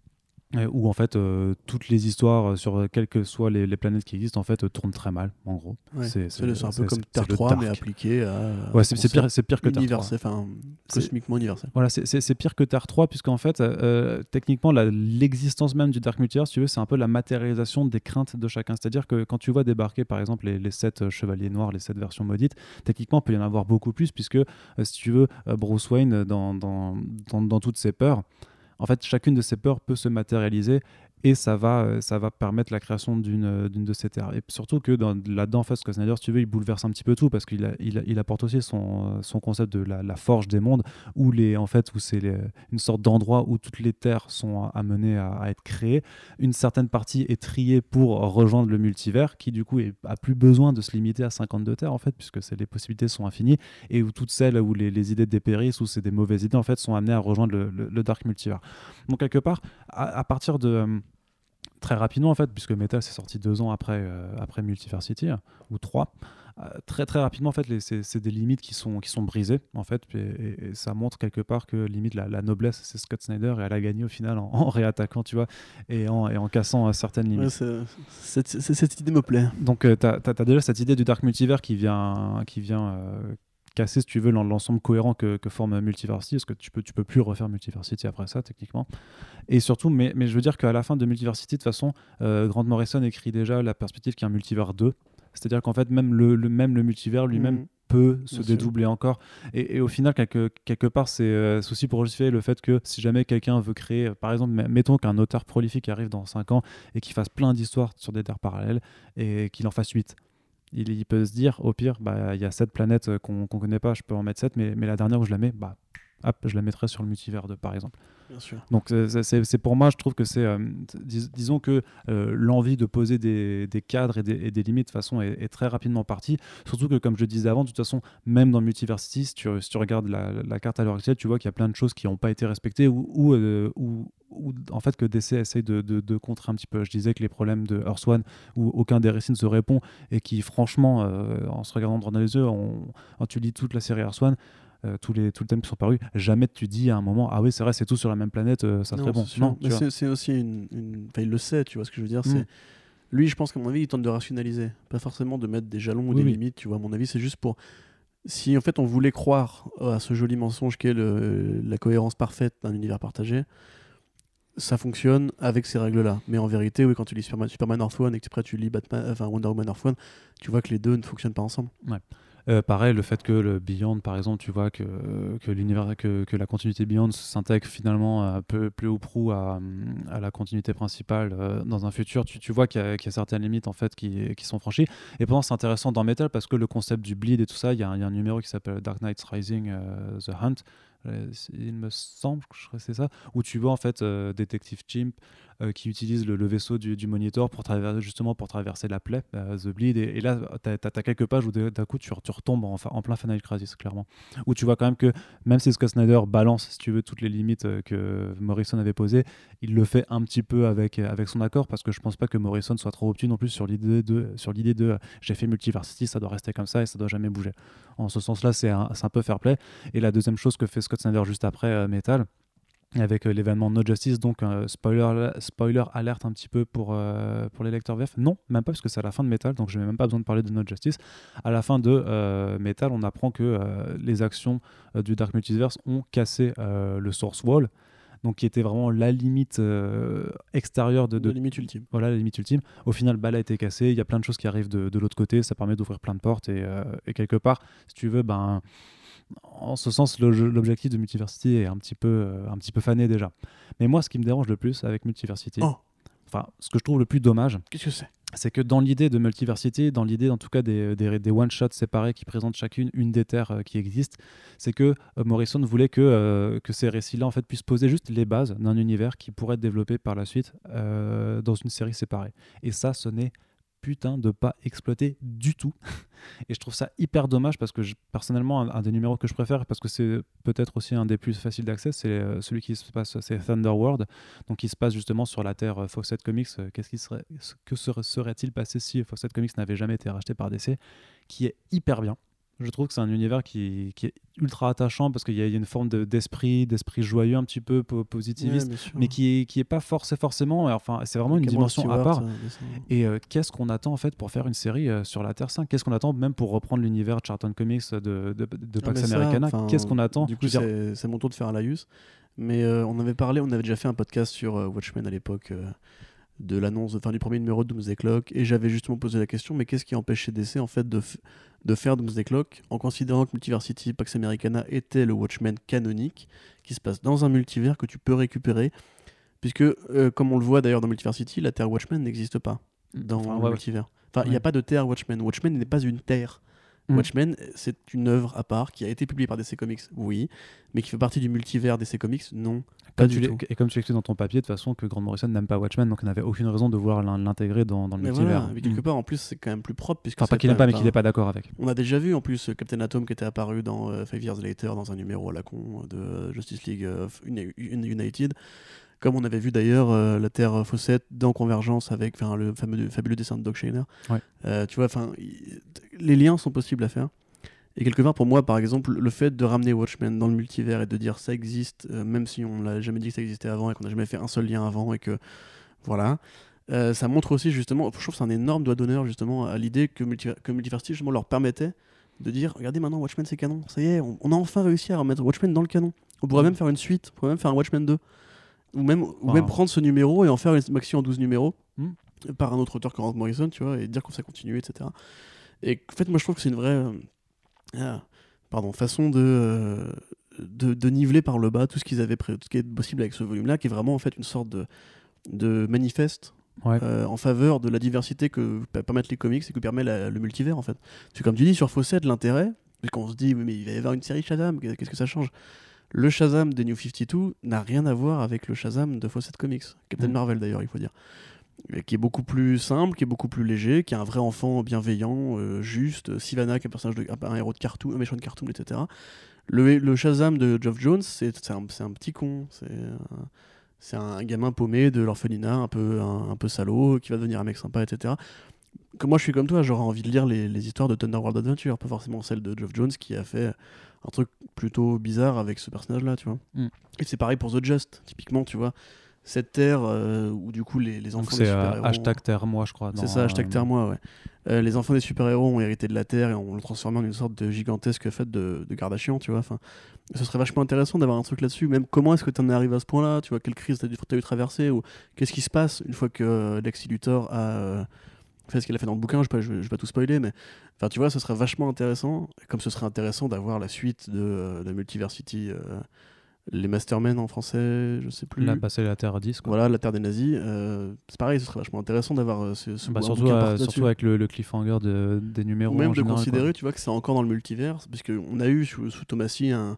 où en fait euh, toutes les histoires sur quelles que soient les, les planètes qui existent en fait euh, tournent très mal en gros. Ouais, c'est, c'est, c'est, c'est un peu c'est, comme c'est, Terre c'est trois mais appliqué à ouais, c'est, c'est pire c'est pire que Terre trois, enfin cosmiquement universel. Voilà, c'est, c'est, c'est pire que Terre trois puisqu'en fait euh, techniquement la, l'existence même du Dark Multiverse, si tu veux, c'est un peu la matérialisation des craintes de chacun, c'est-à-dire que quand tu vois débarquer par exemple les, les sept chevaliers noirs, les sept versions maudites, techniquement il peut y en avoir beaucoup plus puisque euh, si tu veux Bruce Wayne dans, dans, dans, dans toutes ses peurs, en fait chacune de ces peurs peut se matérialiser, et ça va, ça va permettre la création d'une, d'une de ces terres. Et surtout que dans, là-dedans, en fait, Scott Snyder, si tu veux, il bouleverse un petit peu tout, parce qu'il a, il, il apporte aussi son, son concept de la, la forge des mondes, où, les, en fait, où c'est les, une sorte d'endroit où toutes les terres sont amenées à, à être créées. Une certaine partie est triée pour rejoindre le multivers, qui du coup n'a plus besoin de se limiter à cinquante-deux terres, en fait, puisque c'est, les possibilités sont infinies, et où toutes celles où les, les idées dépérissent, où c'est des mauvaises idées, en fait, sont amenées à rejoindre le, le, le Dark Multivers. Donc, quelque part, à, à partir de... très rapidement en fait, puisque Metal c'est sorti deux ans après, euh, après Multiversity, ou trois, euh, très très rapidement en fait, les, c'est, c'est des limites qui sont, qui sont brisées en fait, et, et, et ça montre quelque part que limite la, la noblesse c'est Scott Snyder, et elle a gagné au final en, en réattaquant, tu vois, et en, et en cassant euh, certaines limites. Ouais, c'est, c'est, c'est, cette idée me plaît. Donc euh, t'as, t'as, t'as déjà cette idée du Dark Multivers qui vient, qui vient euh, casser, si tu veux, l'ensemble cohérent que, que forme Multiversity, parce que tu peux, tu peux plus refaire Multiversity après ça, techniquement. Et surtout, mais, mais je veux dire qu'à la fin de Multiversity, de toute façon, euh, Grant Morrison écrit déjà la perspective qu'il y a un multivers deux, C'est-à-dire qu'en fait, même le, le, même le multivers lui-même Mmh. peut se Bien sûr. dédoubler encore. Et, et au final, quelque, quelque part, c'est, euh, c'est aussi pour justifier le fait que si jamais quelqu'un veut créer, euh, par exemple, m- mettons qu'un auteur prolifique arrive dans cinq ans et qu'il fasse plein d'histoires sur des terres parallèles et qu'il en fasse huit. Il, il peut se dire, au pire, bah, il y a sept planètes euh, qu'on qu'on connaît pas, je peux en mettre sept, mais, mais la dernière où je la mets, bah, hop, je la mettrai sur le multivers de, par exemple. Bien sûr. Donc euh, c'est- c'est c'est pour moi, je trouve que c'est, euh, dis- disons que euh, l'envie de poser des, des cadres et des, et des limites de façon est, est très rapidement partie. Surtout que comme je disais avant, de toute façon, même dans Multiversity, si tu, si tu regardes la, la carte à l'heure actuelle, tu vois qu'il y a plein de choses qui n'ont pas été respectées ou, ou, euh, ou- ou, en fait que D C essaye de, de, de contrer un petit peu. Je disais que les problèmes de Earth One où aucun des récits ne se répond et qui franchement, euh, en se regardant droit dans les yeux, on, quand tu lis toute la série Earth One, euh, tous les tous les thèmes qui sont parus, jamais tu dis à un moment ah oui c'est vrai c'est tout sur la même planète, euh, ça Non, serait bon. c'est sûr. Non, tu Mais vois. c'est, c'est aussi une, une- Enfin, il le sait, tu vois ce que je veux dire. Mm. C'est lui, je pense qu'à mon avis, il tente de rationaliser, pas forcément de mettre des jalons ou Oui, des oui. limites. Tu vois, à mon avis, c'est juste pour si en fait on voulait croire à ce joli mensonge qu'est le- la cohérence parfaite d'un univers partagé. Ça fonctionne avec ces règles-là. Mais en vérité, oui, quand tu lis Superman, Superman Earth One et que après tu lis Batman, enfin Wonder Woman Earth One, tu vois que les deux ne fonctionnent pas ensemble. Euh, pareil, le fait que le Beyond, par exemple, tu vois que, que l'univers, que, que la continuité Beyond s'intègre finalement un peu plus ou prou à, à la continuité principale euh, dans un futur, tu, tu vois qu'il y, a, qu'il y a certaines limites en fait qui, qui sont franchies. Et pourtant, c'est intéressant dans Metal parce que le concept du bleed et tout ça, il y, a un- il y a un numéro qui s'appelle Dark Knight Rising, euh, The Hunt. Euh, c'est- Il me semble que je crois que c'est ça, où tu vois en fait euh, Detective Chimp euh, qui utilise le, le vaisseau du, du Monitor pour traverser justement pour traverser la plaie, euh, The Bleed, et, et là t'as as, quelques pages où de- d'un coup tu, tu retombes en, en plein Final Crisis clairement, où tu vois quand même que même si Scott Snyder balance si tu veux toutes les limites euh, que Morrison avait posées, il le fait un petit peu avec, avec son accord parce que je pense pas que Morrison soit trop obtus non plus sur l'idée de, sur l'idée de j'ai fait Multiversity, ça doit rester comme ça et ça doit jamais bouger. En ce sens là c'est un, c'est un peu fair play. Et la deuxième chose que fait Scott Snyder juste après euh, Metal, avec euh, l'événement No Justice, donc euh, spoiler, spoiler alerte un petit peu pour, euh, pour les lecteurs V F. Non, même pas parce que c'est à la fin de Metal, donc je n'ai même pas besoin de parler de No Justice. À la fin de euh, Metal, on apprend que euh, les actions euh, du Dark Multiverse ont cassé euh, le Source Wall, donc qui était vraiment la limite euh, extérieure de, De de, limite ultime. voilà, la limite ultime. Au final, bah, elle a été cassée. Il y a plein de choses qui arrivent de, de l'autre côté. Ça permet d'ouvrir plein de portes. Et, euh, et quelque part, si tu veux, ben, en ce sens, le jeu- l'objectif de Multiversity est un petit, peu, euh, un petit peu fané déjà. Mais moi, ce qui me dérange le plus avec Multiversity, Oh, enfin, ce que je trouve le plus dommage, qu'est-ce que c'est? c'est que dans l'idée de Multiversity, dans l'idée en tout cas des, des, des one-shots séparés qui présentent chacune une des terres euh, qui existent, c'est que euh, Morrison voulait que, euh, que ces récits-là en fait, puissent poser juste les bases d'un univers qui pourrait être développé par la suite euh, dans une série séparée. Et ça, ce n'est putain de pas exploité du tout. Et je trouve ça hyper dommage parce que je, personnellement, un, un des numéros que je préfère, parce que c'est peut-être aussi un des plus faciles d'accès, c'est euh, celui qui se passe, c'est Thunderworld, donc qui se passe justement sur la terre euh, Fawcett Comics. Euh, Qu'est-ce qui serait, que serait, serait-il passé si Fawcett Comics n'avait jamais été racheté par D C, qui est hyper bien. Je trouve que c'est un univers qui, qui est ultra attachant parce qu'il y a, il y a une forme de, d'esprit, d'esprit joyeux un petit peu po- positiviste, Ouais, bien sûr. mais qui est, qui est pas forcé forcément. Enfin, c'est vraiment une Cameron dimension à Stewart, part. euh, descend. Et euh, qu'est-ce qu'on attend en fait pour faire une série euh, sur la Terre cinq? Qu'est-ce qu'on attend même pour reprendre l'univers Charlton Comics de, de, de, de Ah, Pax mais ça, Americana? enfin, Qu'est-ce qu'on attend? Du coup, Je veux dire, c'est c'est mon tour de faire un laïus. Mais euh, on avait parlé, on avait déjà fait un podcast sur euh, Watchmen à l'époque euh, de l'annonce, enfin du premier numéro de Doomsday Clock, et j'avais justement posé la question, mais qu'est-ce qui empêchait D C en fait de, f- de faire Doomsday Clock en considérant que Multiversity Pax Americana était le Watchmen canonique qui se passe dans un multivers que tu peux récupérer, puisque euh, comme on le voit d'ailleurs dans Multiversity, la Terre Watchmen n'existe pas dans Enfin, le ouais, ouais. multivers. Enfin, il n'y Ouais. a pas de Terre Watchmen. Watchmen n'est pas une Terre. Mm. Watchmen, c'est une œuvre à part qui a été publiée par D C Comics, oui, mais qui fait partie du multivers D C Comics, non, pas Comme du tu l'es- tout. et comme tu l'expliques dans ton papier, de toute façon, que Grant Morrison n'aime pas Watchmen, donc on n'avait aucune raison de vouloir l'in- l'intégrer dans, dans le Mais multivers. voilà, mais quelque Mm. part, en plus, c'est quand même plus propre. Puisque Enfin, pas c'est qu'il n'aime pas, mais enfin, qu'il n'est pas d'accord avec. On a déjà vu en plus euh, Captain Atom qui était apparu dans euh, Five Years Later dans un numéro à la con de euh, Justice League euh, Uni- Uni- United. Comme on avait vu d'ailleurs euh, la Terre Fawcett dans Convergence avec enfin, le fameux, fabuleux dessin de Doc Shaner. Ouais. Euh, tu vois, enfin, y- les liens sont possibles à faire. Et quelque part, pour moi, par exemple, le fait de ramener Watchmen dans le multivers et de dire ça existe, euh, même si on l'a jamais dit que ça existait avant et qu'on n'a jamais fait un seul lien avant et que voilà, euh, ça montre aussi justement, je trouve que c'est un énorme doigt d'honneur justement à l'idée que, Multiver- que Multiversity justement leur permettait de dire regardez maintenant Watchmen c'est canon, ça y est, on, on a enfin réussi à remettre Watchmen dans le canon. On pourrait Mm. même faire une suite, on pourrait même faire un Watchmen deux. Ou même, ou Wow. même prendre ce numéro et en faire une maxi en douze numéros. Mm. par un autre auteur que Grant Morrison, tu vois, et dire que ça continue, et cetera. Et en fait, moi, je trouve que c'est une vraie euh, ah, pardon, façon de, euh, de, de niveler par le bas tout ce qu'ils avaient pré- tout ce qui est possible avec ce volume-là, qui est vraiment en fait une sorte de, de manifeste Ouais. euh, en faveur de la diversité que permettent les comics et que permet la- le multivers, en fait. Parce que comme tu dis, sur Fawcett, l'intérêt, parce qu'on se dit, mais il va y avoir une série Shazam, qu'est-ce que ça change? Le Shazam des New cinquante-deux n'a rien à voir avec le Shazam de Fawcett Comics. Captain Mm. Marvel, d'ailleurs, il faut dire. Et qui est beaucoup plus simple, qui est beaucoup plus léger, qui est un vrai enfant bienveillant, euh, juste. Sivana, qui est un personnage de, un héros de cartoon, un méchant de cartoon, et cetera. Le, le Shazam de Geoff Jones, c'est c'est un, c'est un petit con. C'est euh, c'est un gamin paumé de l'orphelinat, un peu, un, un peu salaud, qui va devenir un mec sympa, et cetera. Que moi, je suis comme toi, j'aurais envie de lire les, les histoires de Thunder World Adventure, pas forcément celles de Geoff Jones, qui a fait un truc plutôt bizarre avec ce personnage-là, tu vois. Mm. Et c'est pareil pour The Just, typiquement, tu vois. Cette terre euh, où du coup les, les Donc enfants c'est des euh, super-héros... hashtag terre moi, je crois. C'est dans, ça, hashtag euh, terre moi, ouais. Euh, les enfants des super-héros ont hérité de la Terre et on le transformé en une sorte de gigantesque fête de, de Kardashian, tu vois. Enfin, ce serait vachement intéressant d'avoir un truc là-dessus. Même comment est-ce que tu en es arrivé à ce point-là? Tu vois, quelle crise t'as dû, t'as eu traverser? Ou qu'est-ce qui se passe une fois que euh, Lex Luthor a euh, fait ce qu'il a fait dans le bouquin? Je ne vais, vais pas tout spoiler, mais enfin, tu vois, ce serait vachement intéressant. Comme ce serait intéressant d'avoir la suite de, euh, de Multiversity, euh, les Mastermen en français, je sais plus. Là, bah, c'est la Terre dix, quoi. Voilà, la Terre des nazis. Euh, c'est pareil, ce serait vachement intéressant d'avoir euh, ce, ce Bah, un surtout, bouquin euh, par- surtout là-dessus. avec le, le cliffhanger de, des numéros Ou même en de général, considérer, quoi. tu vois, que c'est encore dans le multivers, parce qu'on a eu sous, sous Thomasy un,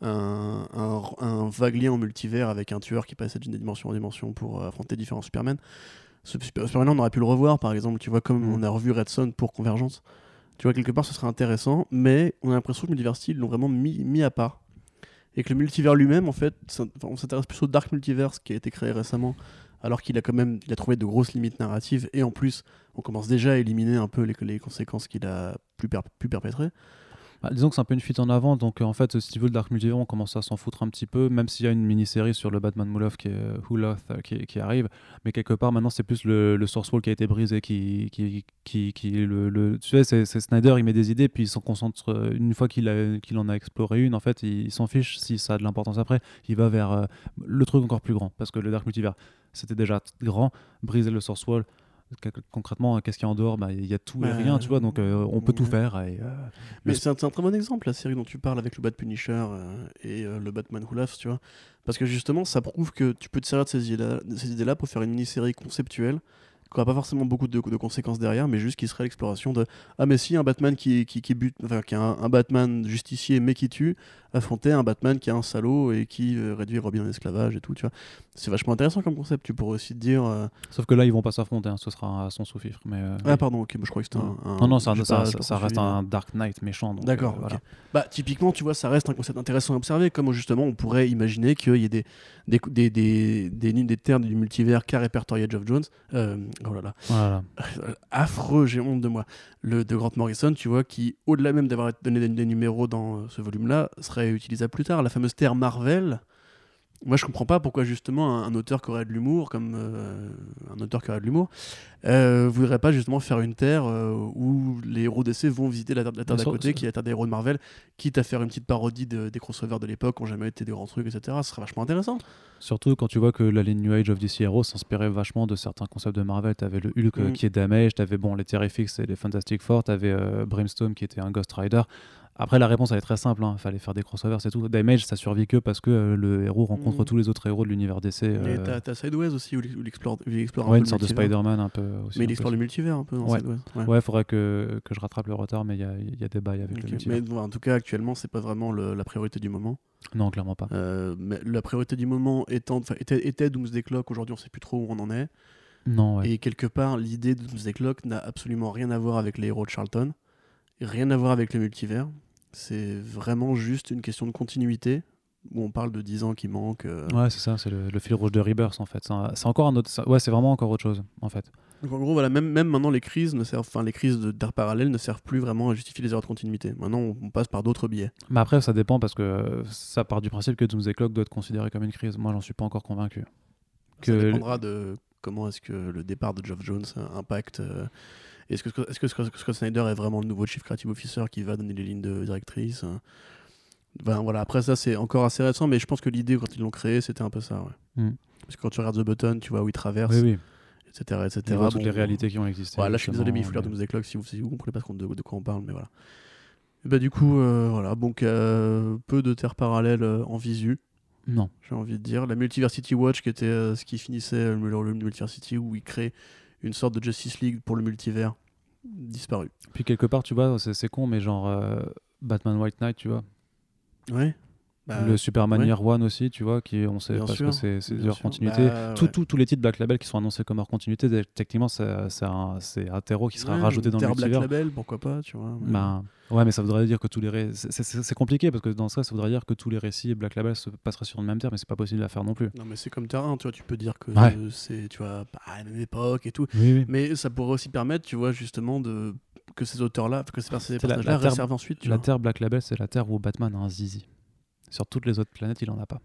un, un, un vague lien en multivers avec un tueur qui passait d'une dimension en dimension pour euh, affronter différents Superman. Ce Super- Superman, on aurait pu le revoir, par exemple, tu vois, comme Mm. on a revu Red Son pour Convergence. Tu vois, quelque part, ce serait intéressant, mais on a l'impression que Multiversity, ils l'ont vraiment mis, mis à part. Et que le multivers lui-même, en fait, ça- enfin, on s'intéresse plus au Dark Multiverse qui a été créé récemment, alors qu'il a quand même il a trouvé de grosses limites narratives, et en plus, on commence déjà à éliminer un peu les, les conséquences qu'il a pu, per- pu perpétrer. Bah, disons que c'est un peu une fuite en avant, donc euh, en fait, si tu veux, le Dark Multiverse, on commence à s'en foutre un petit peu, même s'il y a une mini-série sur le Batman Moloch qui, est, euh, Huloth, euh, qui, qui arrive, mais quelque part, maintenant, c'est plus le, le source wall qui a été brisé, qui, qui, qui, qui le, le... Tu sais, c'est, c'est Snyder, il met des idées, puis il s'en concentre, euh, une fois qu'il, a, qu'il en a exploré une, en fait, il, il s'en fiche si ça a de l'importance après, il va vers euh, le truc encore plus grand, parce que le Dark Multiverse, c'était déjà grand, briser le source wall. Concrètement, qu'est-ce qu'il y a en dehors? Bah, il y a tout et Bah, rien, tu vois, donc euh, on peut tout ouais. faire. Et, euh, Mais le- c'est un, c'est un très bon exemple, la série dont tu parles avec le Bat Punisher euh, et euh, le Batman Who Laughs, tu vois. Parce que justement, ça prouve que tu peux te servir de ces idées-là, de ces idées-là pour faire une mini-série conceptuelle qui n'aura pas forcément beaucoup de, de conséquences derrière, mais juste qui serait l'exploration de ah mais si un Batman qui, qui, qui bute, enfin qui a un, un Batman justicier mais qui tue, affronter un Batman qui est un salaud et qui euh, réduit Robin en esclavage et tout, tu vois. C'est vachement intéressant comme concept. Tu pourrais aussi te dire euh, Sauf que là, ils vont pas s'affronter, hein, ce sera à son sous-fifre. Mais, euh, ah oui. pardon, ok, moi, je crois que c'était un, un- Non, non, ça, j'ai ça, pas- ça, j'ai pas ça reste poursuivi, un Dark Knight méchant. donc, D'accord, euh, ok. voilà. Bah, typiquement, tu vois, ça reste un concept intéressant à observer, comme justement on pourrait imaginer qu'il y ait des, des, des, des, des, des, des termes du multivers qu'a répertorié Geoff Jones. Euh, oh là là, Voilà. affreux, j'ai honte de moi. Le de Grant Morrison, tu vois, qui, au-delà même d'avoir donné des, des numéros dans euh, ce volume-là, serait utilisable plus tard. La fameuse terre Marvel. Moi, je comprends pas pourquoi justement un, un auteur qui aurait de l'humour, comme euh, un auteur qui aurait de l'humour, euh, voudrait pas justement faire une terre euh, où les héros d'E C vont visiter la terre, la terre d'à sur- côté, qui est la terre des héros de Marvel, quitte à faire une petite parodie de- des crossovers de l'époque, qui n'ont jamais été des grands trucs, et cetera. Ce serait vachement intéressant. Surtout quand tu vois que la ligne New Age of D C Heroes s'inspirait vachement de certains concepts de Marvel. T'avais le Hulk euh, Mm. qui est Damage, t'avais bon, les Terrifics et les Fantastic Four, t'avais euh, Brimstone qui était un Ghost Rider. Après, la réponse elle est très simple, il fallait faire des crossovers, c'est tout. Damage, ça survit que parce que euh, le héros rencontre Mm. tous les autres héros de l'univers D C. Et euh, t'as, t'as Sideways aussi, où il, où il explore, où il explore un Ouais, peu une le sorte de multivers. Spider-Man un peu aussi. Mais un il explore peu. le multivers un peu dans Ouais. Sideways. Ouais. Ouais, il faudrait que, que je rattrape le retard, mais il y a, il y a des bails avec Ok. le multivers. Mais bon, en tout cas, actuellement, c'est pas vraiment le- la priorité du moment. Non, clairement pas. Euh, mais la priorité du moment étant, enfin, était, était Doomsday Clock. Aujourd'hui, on sait plus trop où on en est. Non, ouais. Et quelque part, l'idée de Doomsday Clock n'a absolument rien à voir avec les héros de Charlton, rien à voir avec le multivers. C'est vraiment juste une question de continuité, où on parle de dix ans qui manquent. euh. Ouais, c'est ça, c'est le, le fil rouge de Rebirth en fait. C'est, un- c'est encore un autre. ça- Ouais, c'est vraiment encore autre chose en fait. Donc en gros, voilà, même, même maintenant, les crises, ne servent, enfin, les crises de- d'art parallèle ne servent plus vraiment à justifier les erreurs de continuité. Maintenant, on, on passe par d'autres biais. Mais après, ça dépend parce que euh, ça part du principe que Doomsday Clock doit être considéré comme une crise. Moi, j'en suis pas encore convaincu. Ça dépendra de comment est-ce que le départ de Geoff Jones euh, impacte. euh, Est-ce que, est-ce que Scott Scott Snyder est vraiment le nouveau Chief Creative Officer qui va donner les lignes de directrice euh. Ben, voilà. Après ça, c'est encore assez récent, mais je pense que l'idée, quand ils l'ont créé, c'était un peu ça. Ouais. Mm. Parce que quand tu regardes The Button, tu vois où il traverse. Oui, oui. et cetera, et Tu cetera. vois Bon, toutes les réalités qui ont existé. voilà, là, je suis désolé, mais il faut lire mais... de Music Log si vous, si vous comprenez pas de, de quoi on parle, mais voilà. Et bah, du coup, euh, voilà, donc euh, peu de terres parallèles euh, en visu. Non. J'ai envie de dire. La Multiversity Watch, qui était euh, ce qui finissait le, le, le Multiversity, où il crée une sorte de Justice League pour le multivers, disparu. Puis quelque part, tu vois, c'est, c'est con, mais genre euh, Batman White Knight, tu vois. Ouais. Bah, le Superman ouais. Year One aussi, tu vois, qui on sait Bien parce sûr, que c'est, c'est bien hors sûr. continuité. Bah, Tout, ouais. tout- tous les titres Black Label qui sont annoncés comme hors continuité, dé- techniquement, c'est, c'est, un, c'est un terreau qui sera Ouais, rajouté dans le Terre Black multivers. Label, pourquoi pas, tu vois. mais- Ben, ouais, mais ça voudrait dire que tous les ré... c'est, c'est- c'est compliqué parce que dans ce cas, ça voudrait dire que tous les récits Black Label se passeraient sur le même terre, mais c'est pas possible à faire non plus. Non, mais c'est comme Terrain, tu vois, tu peux dire que Ouais. euh, c'est, tu vois, pas à la même époque et tout. Oui, oui. Mais ça pourrait aussi permettre, tu vois, justement, de que ces auteurs-là, que ces, pers- ces C'est la- personnages-là la Terre- réservent ensuite, tu La vois. terre Black Label, c'est la terre où Batman a un zizi. Sur toutes les autres planètes, il en a pas.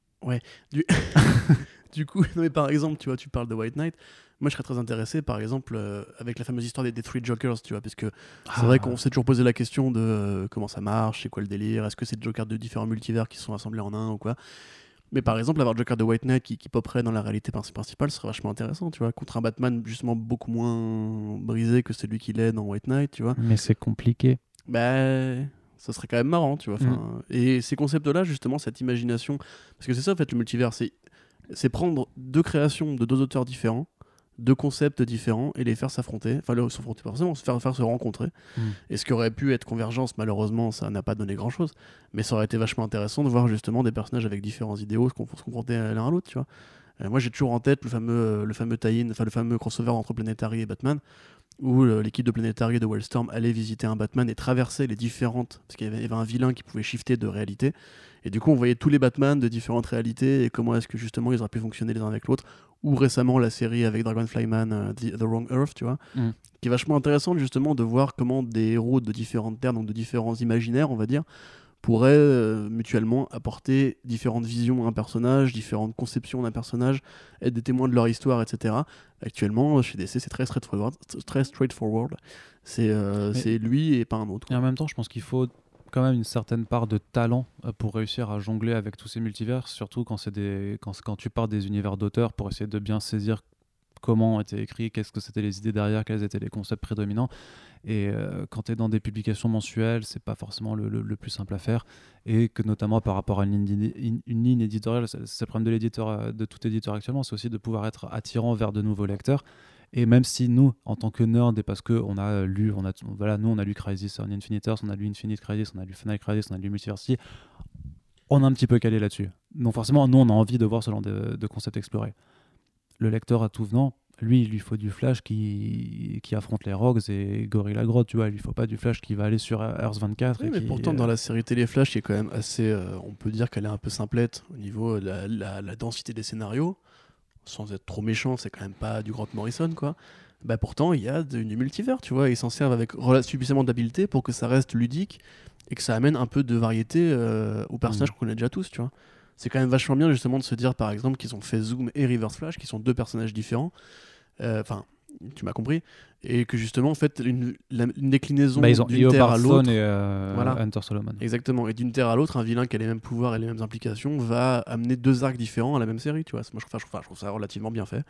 Du coup, non, mais par exemple, tu vois, tu parles de White Knight. Moi, je serais très intéressé, par exemple, euh, avec la fameuse histoire des, des Three Jokers, tu vois, parce que c'est Ah. vrai qu'on s'est toujours posé la question de euh, comment ça marche, c'est quoi le délire, est-ce que c'est des Jokers de différents multivers qui sont assemblés en un ou quoi. Mais par exemple, avoir Joker de White Knight qui, qui poperait dans la réalité principale serait vachement intéressant, tu vois, contre un Batman justement beaucoup moins brisé que celui qu'il est dans White Knight, tu vois. Mais c'est compliqué. Bah, ça serait quand même marrant, tu vois. Mm. Et ces concepts-là, justement, cette imagination, parce que c'est ça en fait le multivers, c'est c'est prendre deux créations de deux auteurs différents, deux concepts différents et les faire s'affronter, enfin le s'affronter pas forcément, se faire, faire se rencontrer. Mm. Et ce qui aurait pu être Convergence, malheureusement, ça n'a pas donné grand-chose, mais ça aurait été vachement intéressant de voir justement des personnages avec différents idéaux se confronter l'un à l'autre, tu vois. Euh, moi, j'ai toujours en tête le fameux, le fameux tie-in, enfin le fameux crossover entre Planetary et Batman, où euh, l'équipe de Planetary et de Wildstorm allait visiter un Batman et traverser les différentes, parce qu'il y avait, il y avait un vilain qui pouvait shifter de réalité, et du coup on voyait tous les Batman de différentes réalités et comment est-ce que justement ils auraient pu fonctionner les uns avec l'autre, ou récemment la série avec Dragonflyman, uh, The, The Wrong Earth, tu vois, mm. qui est vachement intéressante justement de voir comment des héros de différentes terres, donc de différents imaginaires on va dire, pourraient euh, mutuellement apporter différentes visions à un personnage, différentes conceptions d'un personnage, être des témoins de leur histoire, et cetera. Actuellement, chez D C, c'est très straightforward. Très straightforward. C'est, euh, c'est lui et pas un autre. Et en même temps, je pense qu'il faut quand même une certaine part de talent pour réussir à jongler avec tous ces multivers, surtout quand, c'est des... quand, quand tu pars des univers d'auteurs, pour essayer de bien saisir comment était écrit, qu'est-ce que c'était les idées derrière, quels étaient les concepts prédominants. Et euh, quand tu es dans des publications mensuelles, c'est pas forcément le, le, le plus simple à faire. Et que notamment par rapport à une ligne, une, une ligne éditoriale, c'est, c'est le problème de l'éditeur, de tout éditeur actuellement, c'est aussi de pouvoir être attirant vers de nouveaux lecteurs. Et même si nous, en tant que nerd, et parce qu'on a lu, on a, voilà, nous on a lu Crisis on Infinite Earths, on a lu Infinite Crisis, on a lu Final Crisis, on a lu Multiversity, on a un petit peu calé là-dessus. Donc forcément, nous on a envie de voir ce genre de, de concept exploré. Le lecteur à tout venant, lui, il lui faut du Flash qui, qui affronte les Rogues et Gorilla Grodd, tu vois. Il lui faut pas du Flash qui va aller sur Earth vingt-quatre. Oui, et mais qui, pourtant, euh... dans la série télé Flash, qui est quand même assez. Euh, on peut dire qu'elle est un peu simplette au niveau de la, la, la densité des scénarios, sans être trop méchant, c'est quand même pas du Grant Morrison, quoi. Bah pourtant, il y a du multivers, tu vois. Ils s'en servent avec suffisamment d'habileté pour que ça reste ludique et que ça amène un peu de variété euh, aux personnages mmh. qu'on connaît déjà tous, tu vois. C'est quand même vachement bien, justement, de se dire, par exemple, qu'ils ont fait Zoom et Reverse Flash, qui sont deux personnages différents. Enfin, euh, tu m'as compris, et que justement en fait une, la, une déclinaison bah, ils ont d'une terre à l'autre et euh, voilà. Hunter Solomon. Exactement, et d'une terre à l'autre un vilain qui a les mêmes pouvoirs et les mêmes implications va amener deux arcs différents à la même série, tu vois. Moi je trouve, enfin, je trouve ça relativement bien fait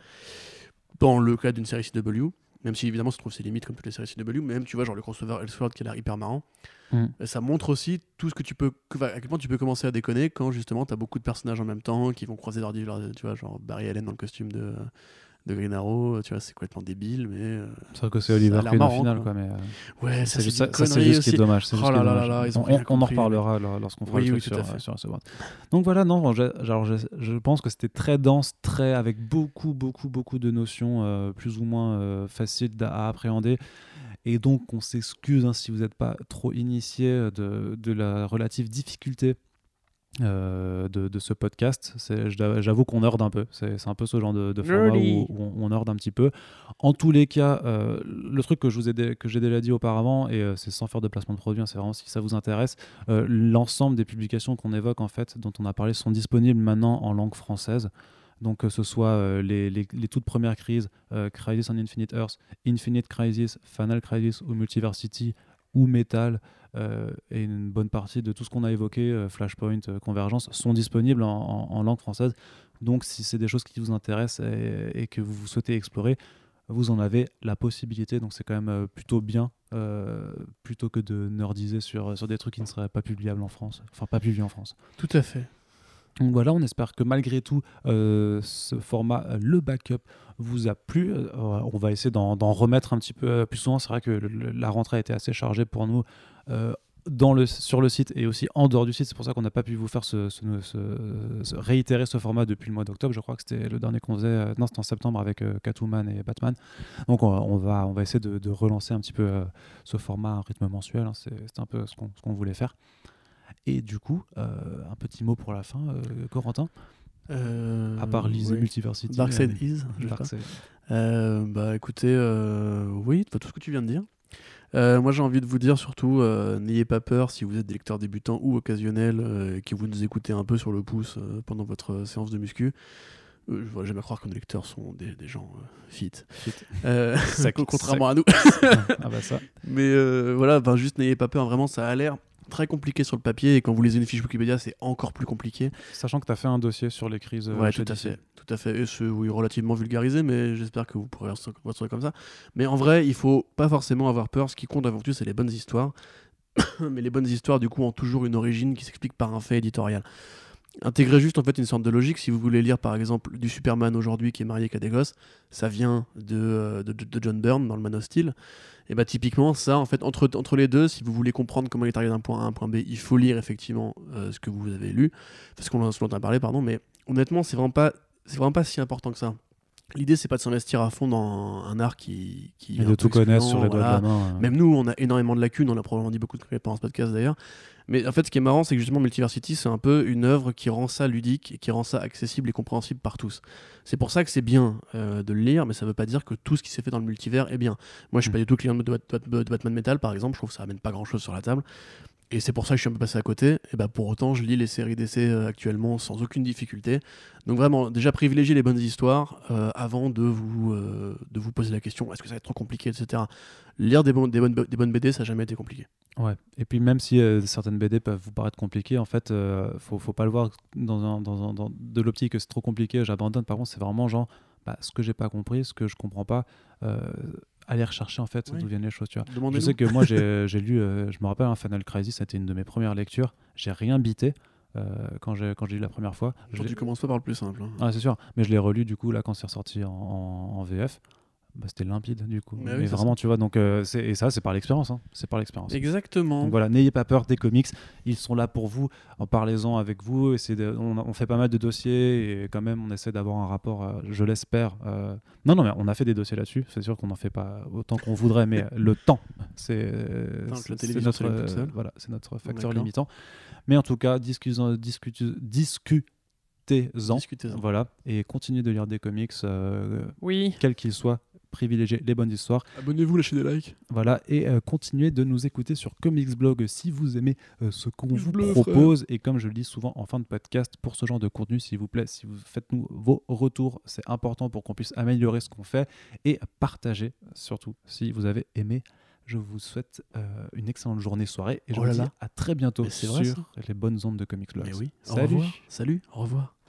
dans le cas d'une série C W, même si évidemment ça trouve ses limites comme toutes les séries C W, mais même tu vois genre le crossover Elseworld qui a l'air hyper marrant. Mm. Ça montre aussi tout ce que tu peux, que, à quel point tu peux commencer à déconner quand justement t'as beaucoup de personnages en même temps qui vont croiser leur, leur tu vois, genre Barry Allen dans le costume de de Green Arrow, tu vois, c'est complètement débile, mais euh, c'est vrai que c'est Oliver Queen au final, quoi. Mais euh, ouais, ça, c'est, c'est, ça, ça, c'est juste ce qui est dommage. C'est oh juste là là dommage. là, ils ont on, on compris, en reparlera mais... lorsqu'on fera oui, le oui, truc tout sur, à sur, sur Donc voilà, non, je, genre, je, je pense que c'était très dense, très avec beaucoup, beaucoup, beaucoup de notions euh, plus ou moins euh, faciles à appréhender. Et donc, on s'excuse hein, si vous n'êtes pas trop initié de, de la relative difficulté Euh, de, de ce podcast. C'est, j'avoue qu'on nerd un peu. C'est, c'est un peu ce genre de, de format où, où on, on nerd un petit peu. En tous les cas, euh, le truc que, je vous ai dé, que j'ai déjà dit auparavant, et euh, c'est sans faire de placement de produit, hein, c'est vraiment si ça vous intéresse, euh, l'ensemble des publications qu'on évoque, en fait, dont on a parlé, sont disponibles maintenant en langue française. Donc que ce soit euh, les, les, les toutes premières crises, euh, Crisis on Infinite Earths, Infinite Crisis, Final Crisis ou Multiversity, ou Metal euh, et une bonne partie de tout ce qu'on a évoqué, euh, Flashpoint, euh, Convergence, sont disponibles en, en, en langue française. Donc si c'est des choses qui vous intéressent et, et que vous souhaitez explorer, vous en avez la possibilité. Donc c'est quand même euh, plutôt bien, euh, plutôt que de nerdiser sur, sur des trucs qui ne seraient pas publiables en France, enfin pas publiés en France. Tout à fait. Donc voilà, on espère que malgré tout, euh, ce format, euh, le backup, vous a plu. Euh, on va essayer d'en, d'en remettre un petit peu euh, plus souvent. C'est vrai que le, le, la rentrée a été assez chargée pour nous euh, dans le, sur le site et aussi en dehors du site. C'est pour ça qu'on n'a pas pu vous faire ce, ce, ce, ce, réitérer ce format depuis le mois d'octobre. Je crois que c'était le dernier qu'on faisait. Euh, non, c'était en septembre avec euh, Catwoman et Batman. Donc on, on, va, on va essayer de, de relancer un petit peu euh, ce format à un rythme mensuel. Hein. C'est, c'est un peu ce qu'on, ce qu'on voulait faire. Et du coup, euh, un petit mot pour la fin, euh, Corentin euh, à part Lise oui. Multiversity. Darkseid euh, Is. Darkseid. Euh, bah écoutez, euh, oui, tout ce que tu viens de dire. Euh, moi j'ai envie de vous dire surtout, euh, n'ayez pas peur si vous êtes des lecteurs débutants ou occasionnels euh, et que vous nous écoutez un peu sur le pouce euh, pendant votre euh, séance de muscu. Euh, je ne vais jamais croire que nos lecteurs sont des, des gens euh, fit. fit. Euh, sec, contrairement sec. à nous. Ah bah ça. Mais euh, voilà, ben juste n'ayez pas peur, vraiment ça a l'air très compliqué sur le papier et quand vous lisez une fiche Wikipédia c'est encore plus compliqué. Sachant que tu as fait un dossier sur les crises. Ouais, tout à fait, tout à fait. Et c'est oui, relativement vulgarisé, mais j'espère que vous pourrez retrouver comme ça. Mais en vrai, il faut pas forcément avoir peur. Ce qui compte avant tout, c'est les bonnes histoires. Mais les bonnes histoires, du coup, ont toujours une origine qui s'explique par un fait éditorial. Intégrez juste en fait une sorte de logique. Si vous voulez lire par exemple du Superman aujourd'hui qui est marié qui a des gosses, ça vient de, de, de John Byrne dans le Man of Steel. Et bah typiquement ça en fait entre, entre les deux, si vous voulez comprendre comment il est arrivé d'un point A à un point B, il faut lire effectivement euh, ce que vous avez lu, parce qu'on en a parlé pardon, mais honnêtement c'est vraiment pas c'est vraiment pas si important que ça. L'idée c'est pas de s'investir à fond dans un art qui, qui et de tout connaître sur les doigts voilà. de la main. Euh... Même nous on a énormément de lacunes, on a probablement dit beaucoup de trucs pendant ce podcast d'ailleurs. Mais en fait, ce qui est marrant, c'est que justement, Multiversity, c'est un peu une œuvre qui rend ça ludique et qui rend ça accessible et compréhensible par tous. C'est pour ça que c'est bien euh, de le lire, mais ça veut pas dire que tout ce qui s'est fait dans le multivers est bien. Moi, je suis mmh. pas du tout client de, de, de, de Batman Metal, par exemple. Je trouve que ça amène pas grand-chose sur la table. Et c'est pour ça que je suis un peu passé à côté. Et bah, pour autant, je lis les séries D C euh, actuellement sans aucune difficulté. Donc vraiment, déjà privilégiez les bonnes histoires euh, avant de vous, euh, de vous poser la question est-ce que ça va être trop compliqué, et cetera. Lire des, bon, des, bonnes, des bonnes B D, ça n'a jamais été compliqué. Ouais. Et puis même si euh, certaines B D peuvent vous paraître compliquées, en fait, euh, faut, faut pas le voir dans, un, dans, un, dans de l'optique que c'est trop compliqué, j'abandonne. Par contre, c'est vraiment genre bah, ce que j'ai pas compris, ce que je comprends pas. Euh, aller rechercher en fait oui. d'où viennent les choses, tu vois. Demandez-nous. Je sais que moi j'ai, j'ai lu, euh, je me rappelle un Final Crisis, c'était une de mes premières lectures, j'ai rien bité euh, quand, j'ai, quand j'ai lu la première fois. Genre, tu commences pas par le plus simple. Hein. Ah, c'est sûr, mais je l'ai relu du coup là quand c'est ressorti en, en, en V F. Bah, c'était limpide du coup. Mais, mais oui, vraiment, ça. tu vois, donc, euh, c'est, et ça, c'est par l'expérience. Hein. C'est par l'expérience. Exactement. Donc voilà, n'ayez pas peur des comics. Ils sont là pour vous. En parlez-en avec vous. De, on, on fait pas mal de dossiers et quand même, on essaie d'avoir un rapport, euh, je l'espère. Euh... Non, non, mais on a fait des dossiers là-dessus. C'est sûr qu'on n'en fait pas autant qu'on voudrait, mais le temps, c'est, enfin, c'est, c'est notre, euh, voilà, c'est notre facteur D'accord. limitant. Mais en tout cas, discutez-en. Discutez, discutez Discutez-en, Discutez-en, voilà, et continuez de lire des comics, euh, oui. quels qu'ils soient, privilégiez les bonnes histoires. Abonnez-vous, lâchez des likes. Voilà, et euh, continuez de nous écouter sur Comics Blog si vous aimez euh, ce qu'on Je vous bleu, propose. frère. Et comme je le dis souvent en fin de podcast, pour ce genre de contenu, s'il vous plaît, si vous faites-nous vos retours, c'est important pour qu'on puisse améliorer ce qu'on fait et partager, surtout si vous avez aimé. Je vous souhaite euh, une excellente journée, soirée, et je oh vous dis là. à très bientôt sur vrai, les bonnes ondes de Comics Blog. Mais oui. Salut. Au revoir. Salut. Au revoir.